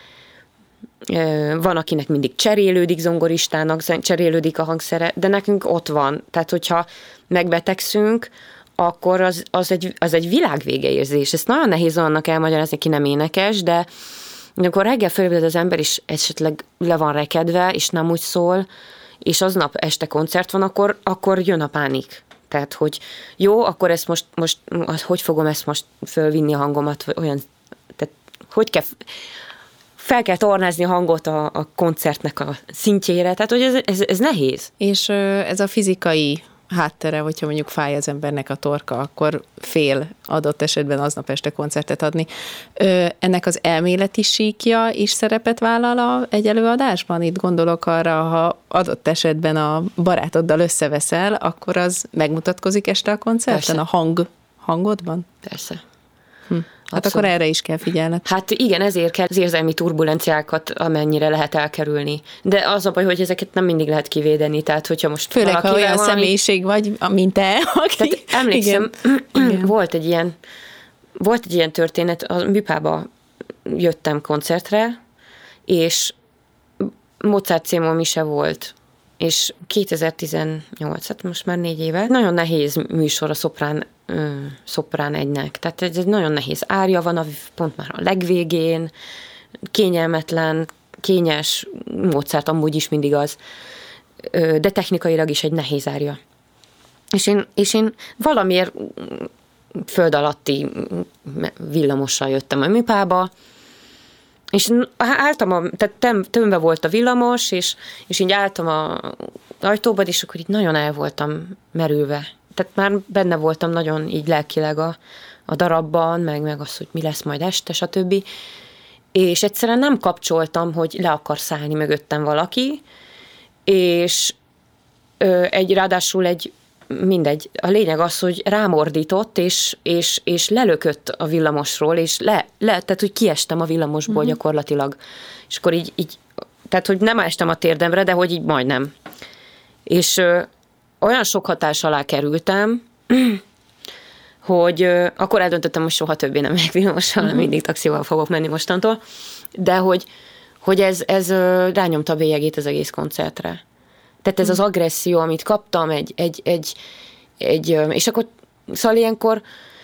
Van, akinek mindig cserélődik, zongoristának cserélődik a hangszere, de nekünk ott van. Tehát, hogyha megbetegszünk, akkor az egy világvége érzés. Ezt nagyon nehéz annak elmagyarázni, aki nem énekes, de amikor reggel fölébred az ember, és esetleg le van rekedve, és nem úgy szól, és aznap este koncert van, akkor jön a pánik. Tehát, hogy jó, akkor ezt most hogy fogom ezt most fölvinni a hangomat, vagy olyan, tehát hogy kell, fel kell tornázni a hangot a koncertnek a szintjére, tehát, hogy ez nehéz. És ez a fizikai háttere, hogyha mondjuk fáj az embernek a torka, akkor fél adott esetben aznap este koncertet adni. Ennek az elméleti síkja is szerepet vállal egy előadásban? Itt gondolok arra, ha adott esetben a barátoddal összeveszel, akkor az megmutatkozik este a koncerten? Persze. A hangodban? Persze. Hát akkor erre is kell figyelned. Hát igen, ezért kell az érzelmi turbulenciákat amennyire lehet elkerülni. De az a baj, hogy ezeket nem mindig lehet kivédeni, tehát hogyha most főleg, ha olyan személyiség vagy, mint te, aki... Tehát emlékszem, igen. Volt egy ilyen történet, a Műpába jöttem koncertre, és Mozart C-moll mise volt, és 2018, hát most már 4 éve, nagyon nehéz műsor a szoprán egynek. Tehát ez egy nagyon nehéz árja van, pont már a legvégén, kényelmetlen, kényes, Mozart amúgy is mindig az, de technikailag is egy nehéz árja. És én valamiért föld alatti villamossal jöttem a Műpába, és álltam, tehát tömve volt a villamos, és így álltam az ajtóban, és akkor így nagyon el voltam merülve. Tehát már benne voltam nagyon így lelkileg a darabban, meg az, hogy mi lesz majd este, stb. És egyszerűen nem kapcsoltam, hogy le akar szállni mögöttem valaki, és ráadásul mindegy, a lényeg az, hogy rámordított, és lelökött a villamosról, és tehát, hogy kiestem a villamosból gyakorlatilag. És akkor így, tehát, hogy nem estem a térdemre, de hogy így majdnem. És olyan sok hatás alá kerültem, hogy akkor eldöntöttem, hogy soha többé nem megyek villamossal, mindig taxival fogok menni mostantól, de hogy ez rányomta a bélyegét az egész koncertre. Tehát ez az agresszió, amit kaptam, és akkor szóval ilyenkor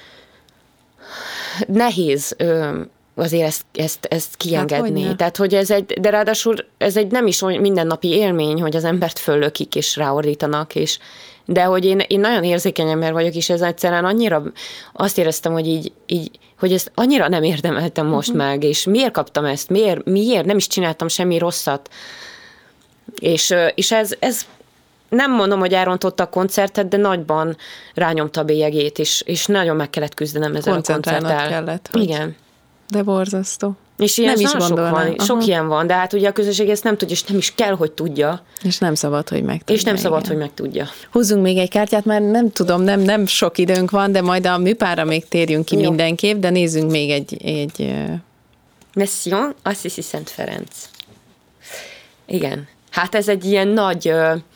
nehéz azért ezt kiengedni. Hát, tehát, hogy de ráadásul ez egy nem is mindennapi élmény, hogy az embert föllökik és ráordítanak, de hogy én nagyon érzékeny ember vagyok, és ez egyszerűen annyira azt éreztem, hogy hogy ezt annyira nem érdemeltem most meg, és miért kaptam ezt, miért nem is csináltam semmi rosszat. És ez nem mondom, hogy elrontotta a koncertet, de nagyban rányomta a bélyegét, és nagyon meg kellett küzdenem ezzel a koncerttel. Kellett. Igen. De borzasztó. És ilyen nem is gondolnám. Sok ilyen van, de hát ugye a közösség ezt nem tudja, és nem is kell, hogy tudja. És nem szabad, hogy megtudja. És nem szabad, hogy megtudja. Húzzunk még egy kártyát, mert nem tudom, nem sok időnk van, de majd a Műpára még térjünk ki mindenképp, de nézzünk még egy Messiaen, Assisi Szent Ferenc. Igen. Hát ez egy ilyen nagy,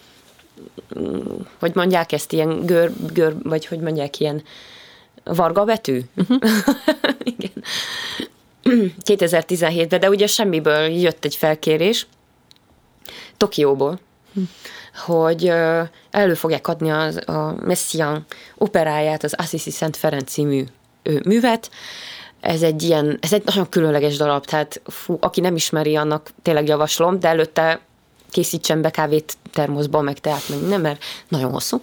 hogy mondják ezt, ilyen gör, vagy hogy mondják, ilyen varga betű? Igen. 2017-ben, de ugye semmiből jött egy felkérés, Tokióból, hogy elő fogják adni a Messiaen operáját, az Assisi Szent Ferenc című művet. Ez egy nagyon különleges darab, tehát aki nem ismeri, annak tényleg javaslom, de előtte készítsen be kávét termoszba, meg teát, meg nem, mert nagyon hosszú.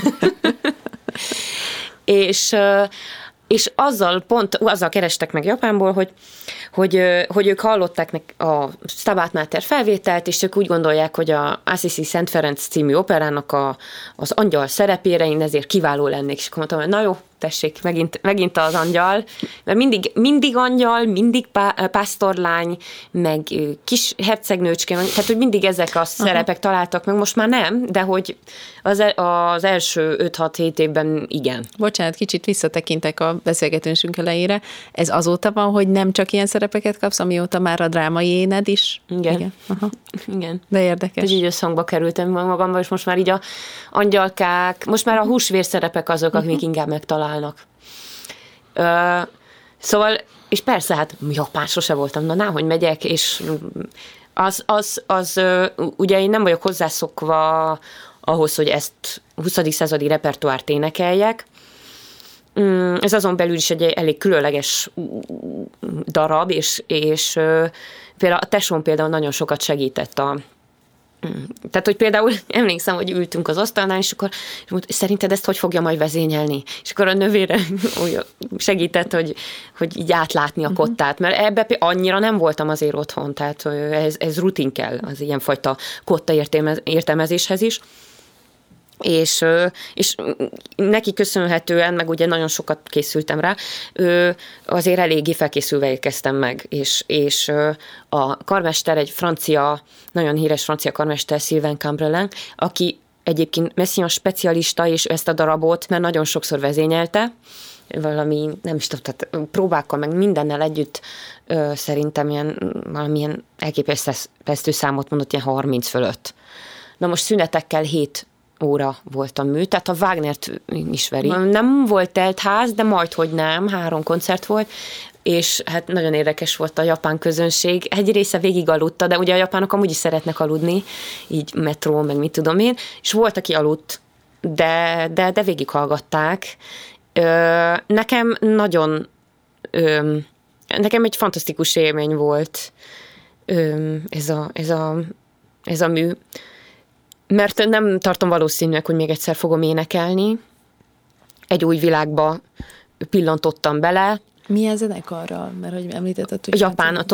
És azzal kerestek meg Japánból, hogy ők hallották a Stabat Mater felvételt, és ők úgy gondolják, hogy a Assisi Szent Ferenc című operának az angyal szerepére én ezért kiváló lennék. És akkor mondtam, hogy na jó, tessék, megint az angyal, mert mindig angyal, mindig pásztorlány, meg kis hercegnőcske, tehát hogy mindig ezek a szerepek találtak meg, most már nem, de hogy az első 5-6-7 évben igen. Bocsánat, kicsit visszatekintek a beszélgetésünk elejére. Ez azóta van, hogy nem csak ilyen szerepeket kapsz, amióta már a drámai éned is? Igen. Aha. Igen. De érdekes. És így összhangba kerültem magamba, és most már így a angyalkák, most már a húsvér szerepek azok, akik inkább megtalálnak. Szóval, és persze, hát japán sose voltam, na hogy megyek, és ugye én nem vagyok hozzászokva ahhoz, hogy ezt 20. századi repertoárt énekeljek. Ez azon belül is egy elég különleges darab, és például a tesóm például nagyon sokat segített tehát, hogy például emlékszem, hogy ültünk az asztalnál, és akkor szerinted ezt hogy fogja majd vezényelni? És akkor a nővére segített, hogy így átlátni a kottát, mert ebbe annyira nem voltam azért otthon, tehát ez rutin kell az ilyenfajta kotta értelmezéshez is. És neki köszönhetően, meg ugye nagyon sokat készültem rá, azért eléggé felkészülve érkeztem meg, és a karmester, egy francia, nagyon híres francia karmester, Sylvain Cambrelin, aki egyébként Messiaen specialista, és ezt a darabot már nagyon sokszor vezényelte, valami, nem is tudom, tehát próbákkal, meg mindennel együtt szerintem valamilyen elképesztő számot mondott, ilyen 30 fölött. Na most szünetekkel 7 óra volt a mű, tehát a Wagnert ismeri. Nem volt teltház, de majdhogy nem, 3 koncert volt, és hát nagyon érdekes volt a japán közönség. Egy része végig aludta, de ugye a japánok amúgy is szeretnek aludni, így metró, meg mit tudom én, és volt, aki aludt, de végig hallgatták. Nekem nekem egy fantasztikus élmény volt ez a mű, mert nem tartom valószínűleg, hogy még egyszer fogom énekelni. Egy új világba pillantottam bele. Milyen zenekarral? Mert hogy említetted, hogy... Japán, a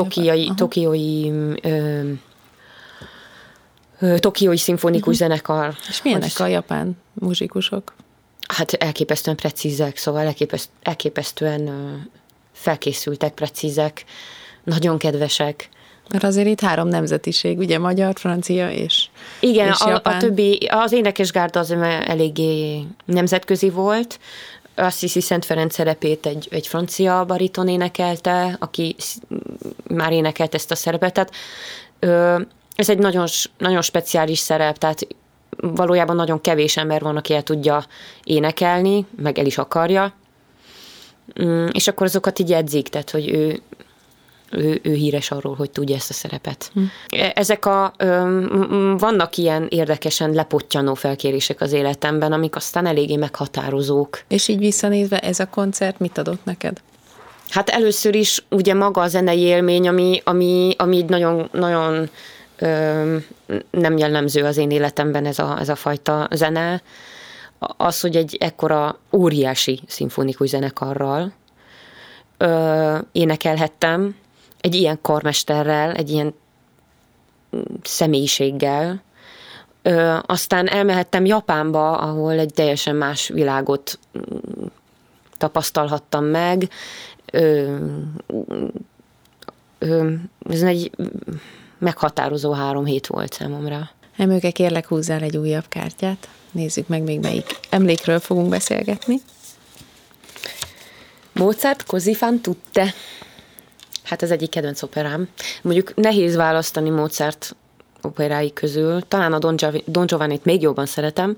tokiói szimfonikus zenekar. És milyenek a japán muzsikusok? Hát elképesztően precízek, szóval elképesztően felkészültek, precízek, nagyon kedvesek. Mert azért itt 3 nemzetiség, ugye magyar, francia és igen, és japán. A többi, az énekesgárda az eléggé nemzetközi volt. Assisi Szent Ferenc szerepét egy francia bariton énekelte, aki már énekelt ezt a szerepet. Tehát, ez egy nagyon, nagyon speciális szerep, tehát valójában nagyon kevés ember van, aki el tudja énekelni, meg el is akarja. És akkor azokat így edzik, tehát hogy ő híres arról, hogy tudja ezt a szerepet. Ezek vannak ilyen érdekesen lepottyanó felkérések az életemben, amik aztán eléggé meghatározók. És így visszanézve ez a koncert mit adott neked? Hát először is ugye maga a zenei élmény, ami nagyon, nagyon nem jellemző az én életemben ez a fajta zene, az, hogy egy ekkora óriási szimfonikus zenekarral énekelhettem, egy ilyen karmesterrel, egy ilyen személyiséggel. Aztán elmehettem Japánba, ahol egy teljesen más világot tapasztalhattam meg. Ez egy meghatározó 3 hét volt számomra. Emőke, kérlek, húzzál egy újabb kártyát. Nézzük meg még melyik emlékről fogunk beszélgetni. Mozart Così fan tutte. Hát az egyik kedvenc operám. Mondjuk nehéz választani Mozart operái közül. Talán a Don Giovannit még jobban szeretem.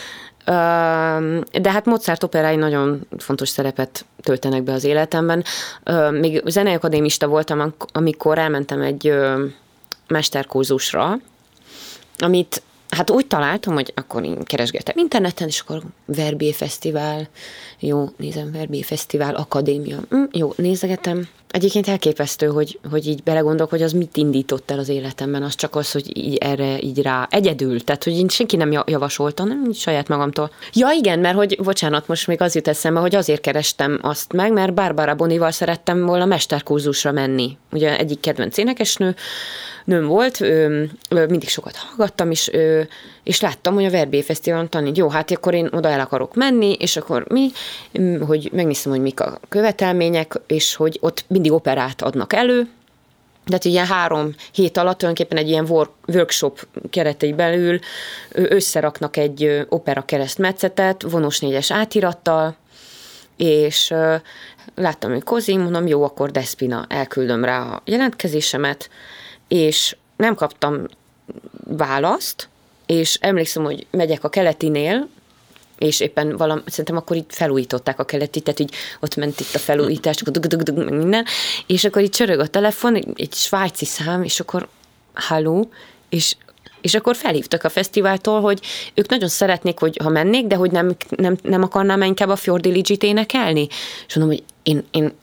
De hát Mozart operái nagyon fontos szerepet töltenek be az életemben. Még zeneakadémista voltam, amikor elmentem egy mesterkurzusra, amit hát úgy találtam, hogy akkor én keresgettem interneten, és akkor Verbier Fesztivál, jó, nézem, Verbier Fesztivál, Akadémia, jó, nézegetem. Egyébként elképesztő, hogy így belegondolok, hogy az mit indított el az életemben, az csak az, hogy így erre így rá egyedül, tehát hogy én senki nem javasolta, nem saját magamtól. Ja igen, mert hogy, bocsánat, most még az jut eszembe, hogy azért kerestem azt meg, mert Barbara Bonival szerettem volna mesterkurzusra menni. Ugye egyik kedvenc énekesnőm volt, mindig sokat hallgattam, és láttam, hogy a Verbier Fesztiválon tanít. Jó, hát akkor én oda el akarok menni, és akkor hogy megnéztem, hogy mik a követelmények, és hogy ott mindig operát adnak elő, tehát ilyen 3 hét alatt tulajdonképpen egy ilyen workshop keretei belül összeraknak egy opera keresztmetszetet, vonós 4-es átirattal, és láttam, hogy Kozi, mondom, jó, akkor Despina, elküldöm rá a jelentkezésemet, és nem kaptam választ, és emlékszem, hogy megyek a Keletinél, és éppen szerintem akkor itt felújították a Keleti, tehát így ott ment itt a felújítás, meg minden, és akkor így csörög a telefon, egy svájci szám, és akkor halló, és akkor felhívtak a fesztiváltól, hogy ők nagyon szeretnék, hogy ha mennék, de hogy nem akarnám inkább a Fior di Ligit énekelni. És mondom, hogy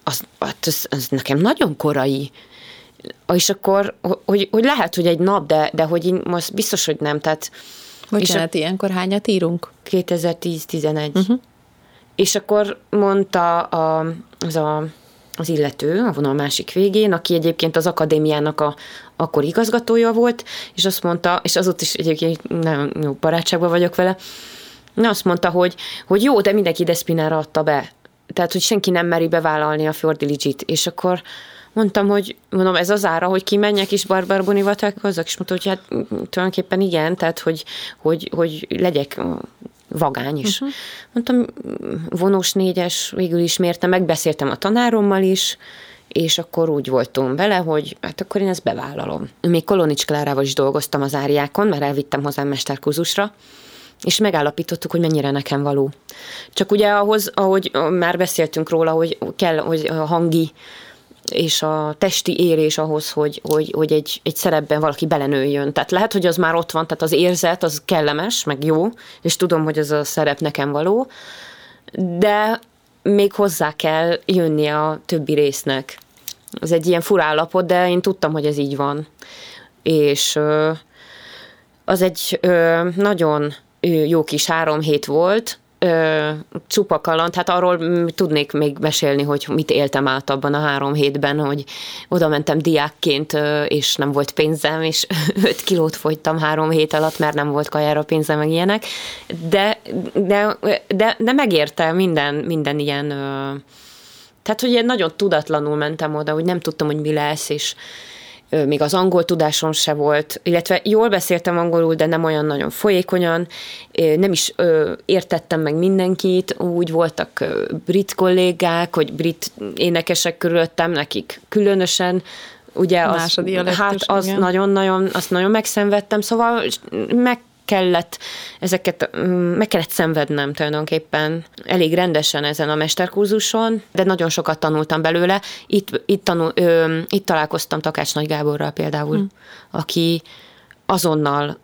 az nekem nagyon korai. És akkor, hogy lehet, hogy egy nap, de hogy én most biztos, hogy nem, tehát... Bocsánat, ilyenkor hányat írunk? 2010-11. És akkor mondta az illető a vonal másik végén, aki egyébként az akadémiának akkor igazgatója volt, és azt mondta, és azóta is egyébként nagyon jó barátságban vagyok vele, azt mondta, hogy jó, de mindenki Despinára adta be. Tehát, hogy senki nem meri bevállalni a Fior di Ligit. És akkor mondtam, ez az ára, hogy kimenjek és Barbara Bonival találkozzak, és mondta, hogy hát tulajdonképpen igen, tehát, hogy legyek vagány is. Mondtam, vonós 4-es, végül is mértem, megbeszéltem a tanárommal is, és akkor úgy voltunk vele, hogy hát akkor én ezt bevállalom. Még Kolonics Klárával is dolgoztam az áriákon, mert elvittem hozzám mesterkurzusra, és megállapítottuk, hogy mennyire nekem való. Csak ugye ahhoz, ahogy már beszéltünk róla, hogy kell, hogy a hangi és a testi érés ahhoz, hogy egy szerepben valaki belenőjön. Tehát lehet, hogy az már ott van, tehát az érzet, az kellemes, meg jó, és tudom, hogy ez a szerep nekem való, de még hozzá kell jönnie a többi résznek. Ez egy ilyen furállapot, de én tudtam, hogy ez így van. És az egy nagyon jó kis 3 hét volt, csupa kaland, hát arról tudnék még mesélni, hogy mit éltem át abban a 3 hétben, hogy oda mentem diákként, és nem volt pénzem, és 5 kilót fogytam 3 hét alatt, mert nem volt kajára pénzem, meg ilyenek, de megérte minden ilyen, tehát, hogy nagyon tudatlanul mentem oda, hogy nem tudtam, hogy mi lesz, és még az angol tudásom se volt, illetve jól beszéltem angolul, de nem olyan nagyon folyékonyan, nem is értettem meg mindenkit, úgy voltak brit kollégák, hogy brit énekesek körülöttem, nekik különösen, ugye hát az nagyon-nagyon, azt nagyon megszenvedtem, szóval meg kellett szenvednem tulajdonképpen elég rendesen ezen a mesterkurzuson, de nagyon sokat tanultam belőle. Itt találkoztam Takács Nagy Gáborral például, aki azonnal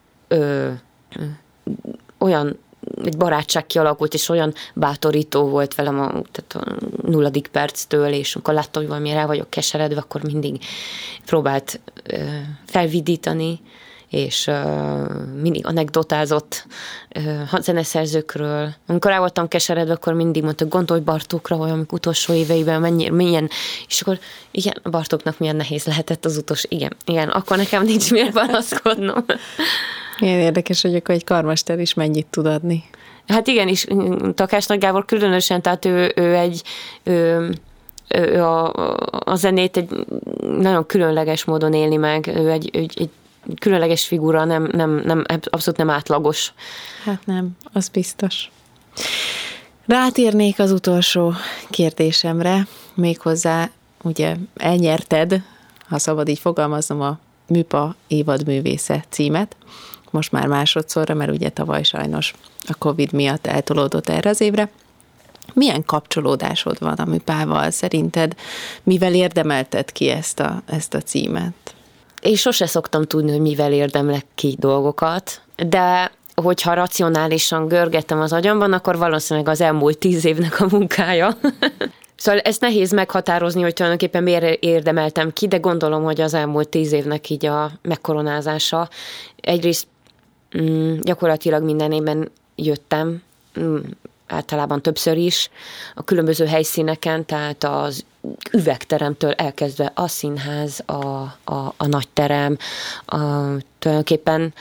olyan egy barátság kialakult, és olyan bátorító volt velem tehát a 0. perctől, és amikor láttam, hogy valamire el vagyok keseredve, akkor mindig próbált felvidítani, és mindig anekdotázott zeneszerzőkről. Amikor el voltam keseredve, akkor mindig mondta, gondolj Bartókra, hogy amikor utolsó éveiben milyen, és akkor igen, Bartóknak milyen nehéz lehetett az utolsó, igen, akkor nekem nincs miért panaszkodnom. Milyen érdekes, hogy akkor egy karmester is mennyit tud adni. Hát igen, és Takács Nagy Gábor különösen, tehát ő a zenét egy nagyon különleges módon élni meg, ő egy különleges figura, nem, abszolút nem átlagos. Hát nem, az biztos. Rátérnék az utolsó kérdésemre, méghozzá ugye elnyerted, ha szabad így fogalmaznom, a Műpa évadművésze címet, most már másodszorra, mert ugye tavaly sajnos a Covid miatt eltolódott erre az évre. Milyen kapcsolódásod van a Műpával? Szerinted mivel érdemelted ki ezt a címet? Én sose szoktam tudni, hogy mivel érdemlek ki dolgokat, de hogyha racionálisan görgetem az agyamban, akkor valószínűleg az elmúlt 10 évnek a munkája. Szóval ezt nehéz meghatározni, hogy tulajdonképpen miért érdemeltem ki, de gondolom, hogy az elmúlt 10 évnek így a megkoronázása. Egyrészt gyakorlatilag minden évben jöttem, általában többször is, a különböző helyszíneken, tehát az üvegteremtől elkezdve a színház, a nagyterem, tulajdonképpen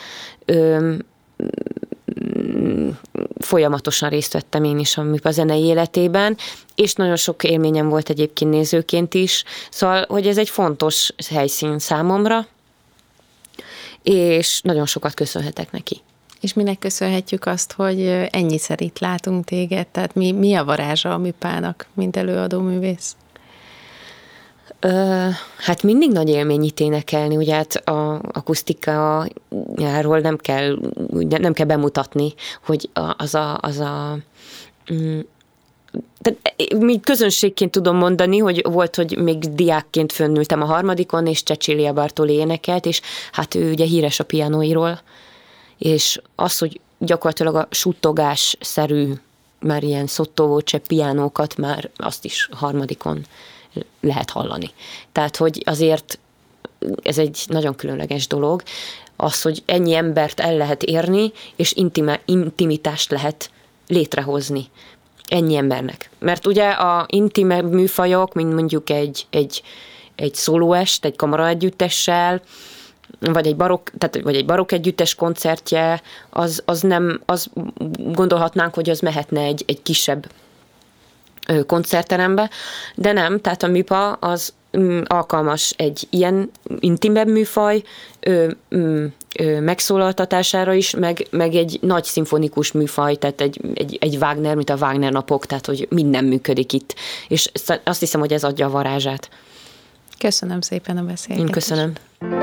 folyamatosan részt vettem én is a zenei életében, és nagyon sok élményem volt egyébként nézőként is, szóval, hogy ez egy fontos helyszín számomra, és nagyon sokat köszönhetek neki. És minek köszönhetjük azt, hogy ennyiszer itt látunk téged? Tehát mi a varázsa a Műpának, mint előadóművész? Hát mindig nagy élmény itt énekelni, ugye hát a akusztikáról nem kell bemutatni, hogy tehát mi közönségként tudom mondani, hogy volt, hogy még diákként fönnültem a harmadikon, és Cecilia Bartoli énekelt, és hát ő ugye híres a pianóiról, és az, hogy gyakorlatilag a suttogás-szerű, már ilyen sotto voce pianókat már azt is harmadikon lehet hallani. Tehát, hogy azért ez egy nagyon különleges dolog, az, hogy ennyi embert el lehet érni, és intimitást lehet létrehozni ennyi embernek. Mert ugye a intime műfajok, mint mondjuk egy szólóest, egy kamaraegyüttessel, vagy egy barokk együttes koncertje, az gondolhatnánk, hogy az mehetne egy kisebb koncertterembe, de nem, tehát a Műpa az alkalmas egy ilyen intimebb műfaj megszólaltatására is, meg egy nagy szimfonikus műfaj, tehát egy Wagner, mint a Wagner napok, tehát hogy minden működik itt, és azt hiszem, hogy ez adja a varázsát. Köszönöm szépen a beszélgetést. Én köszönöm.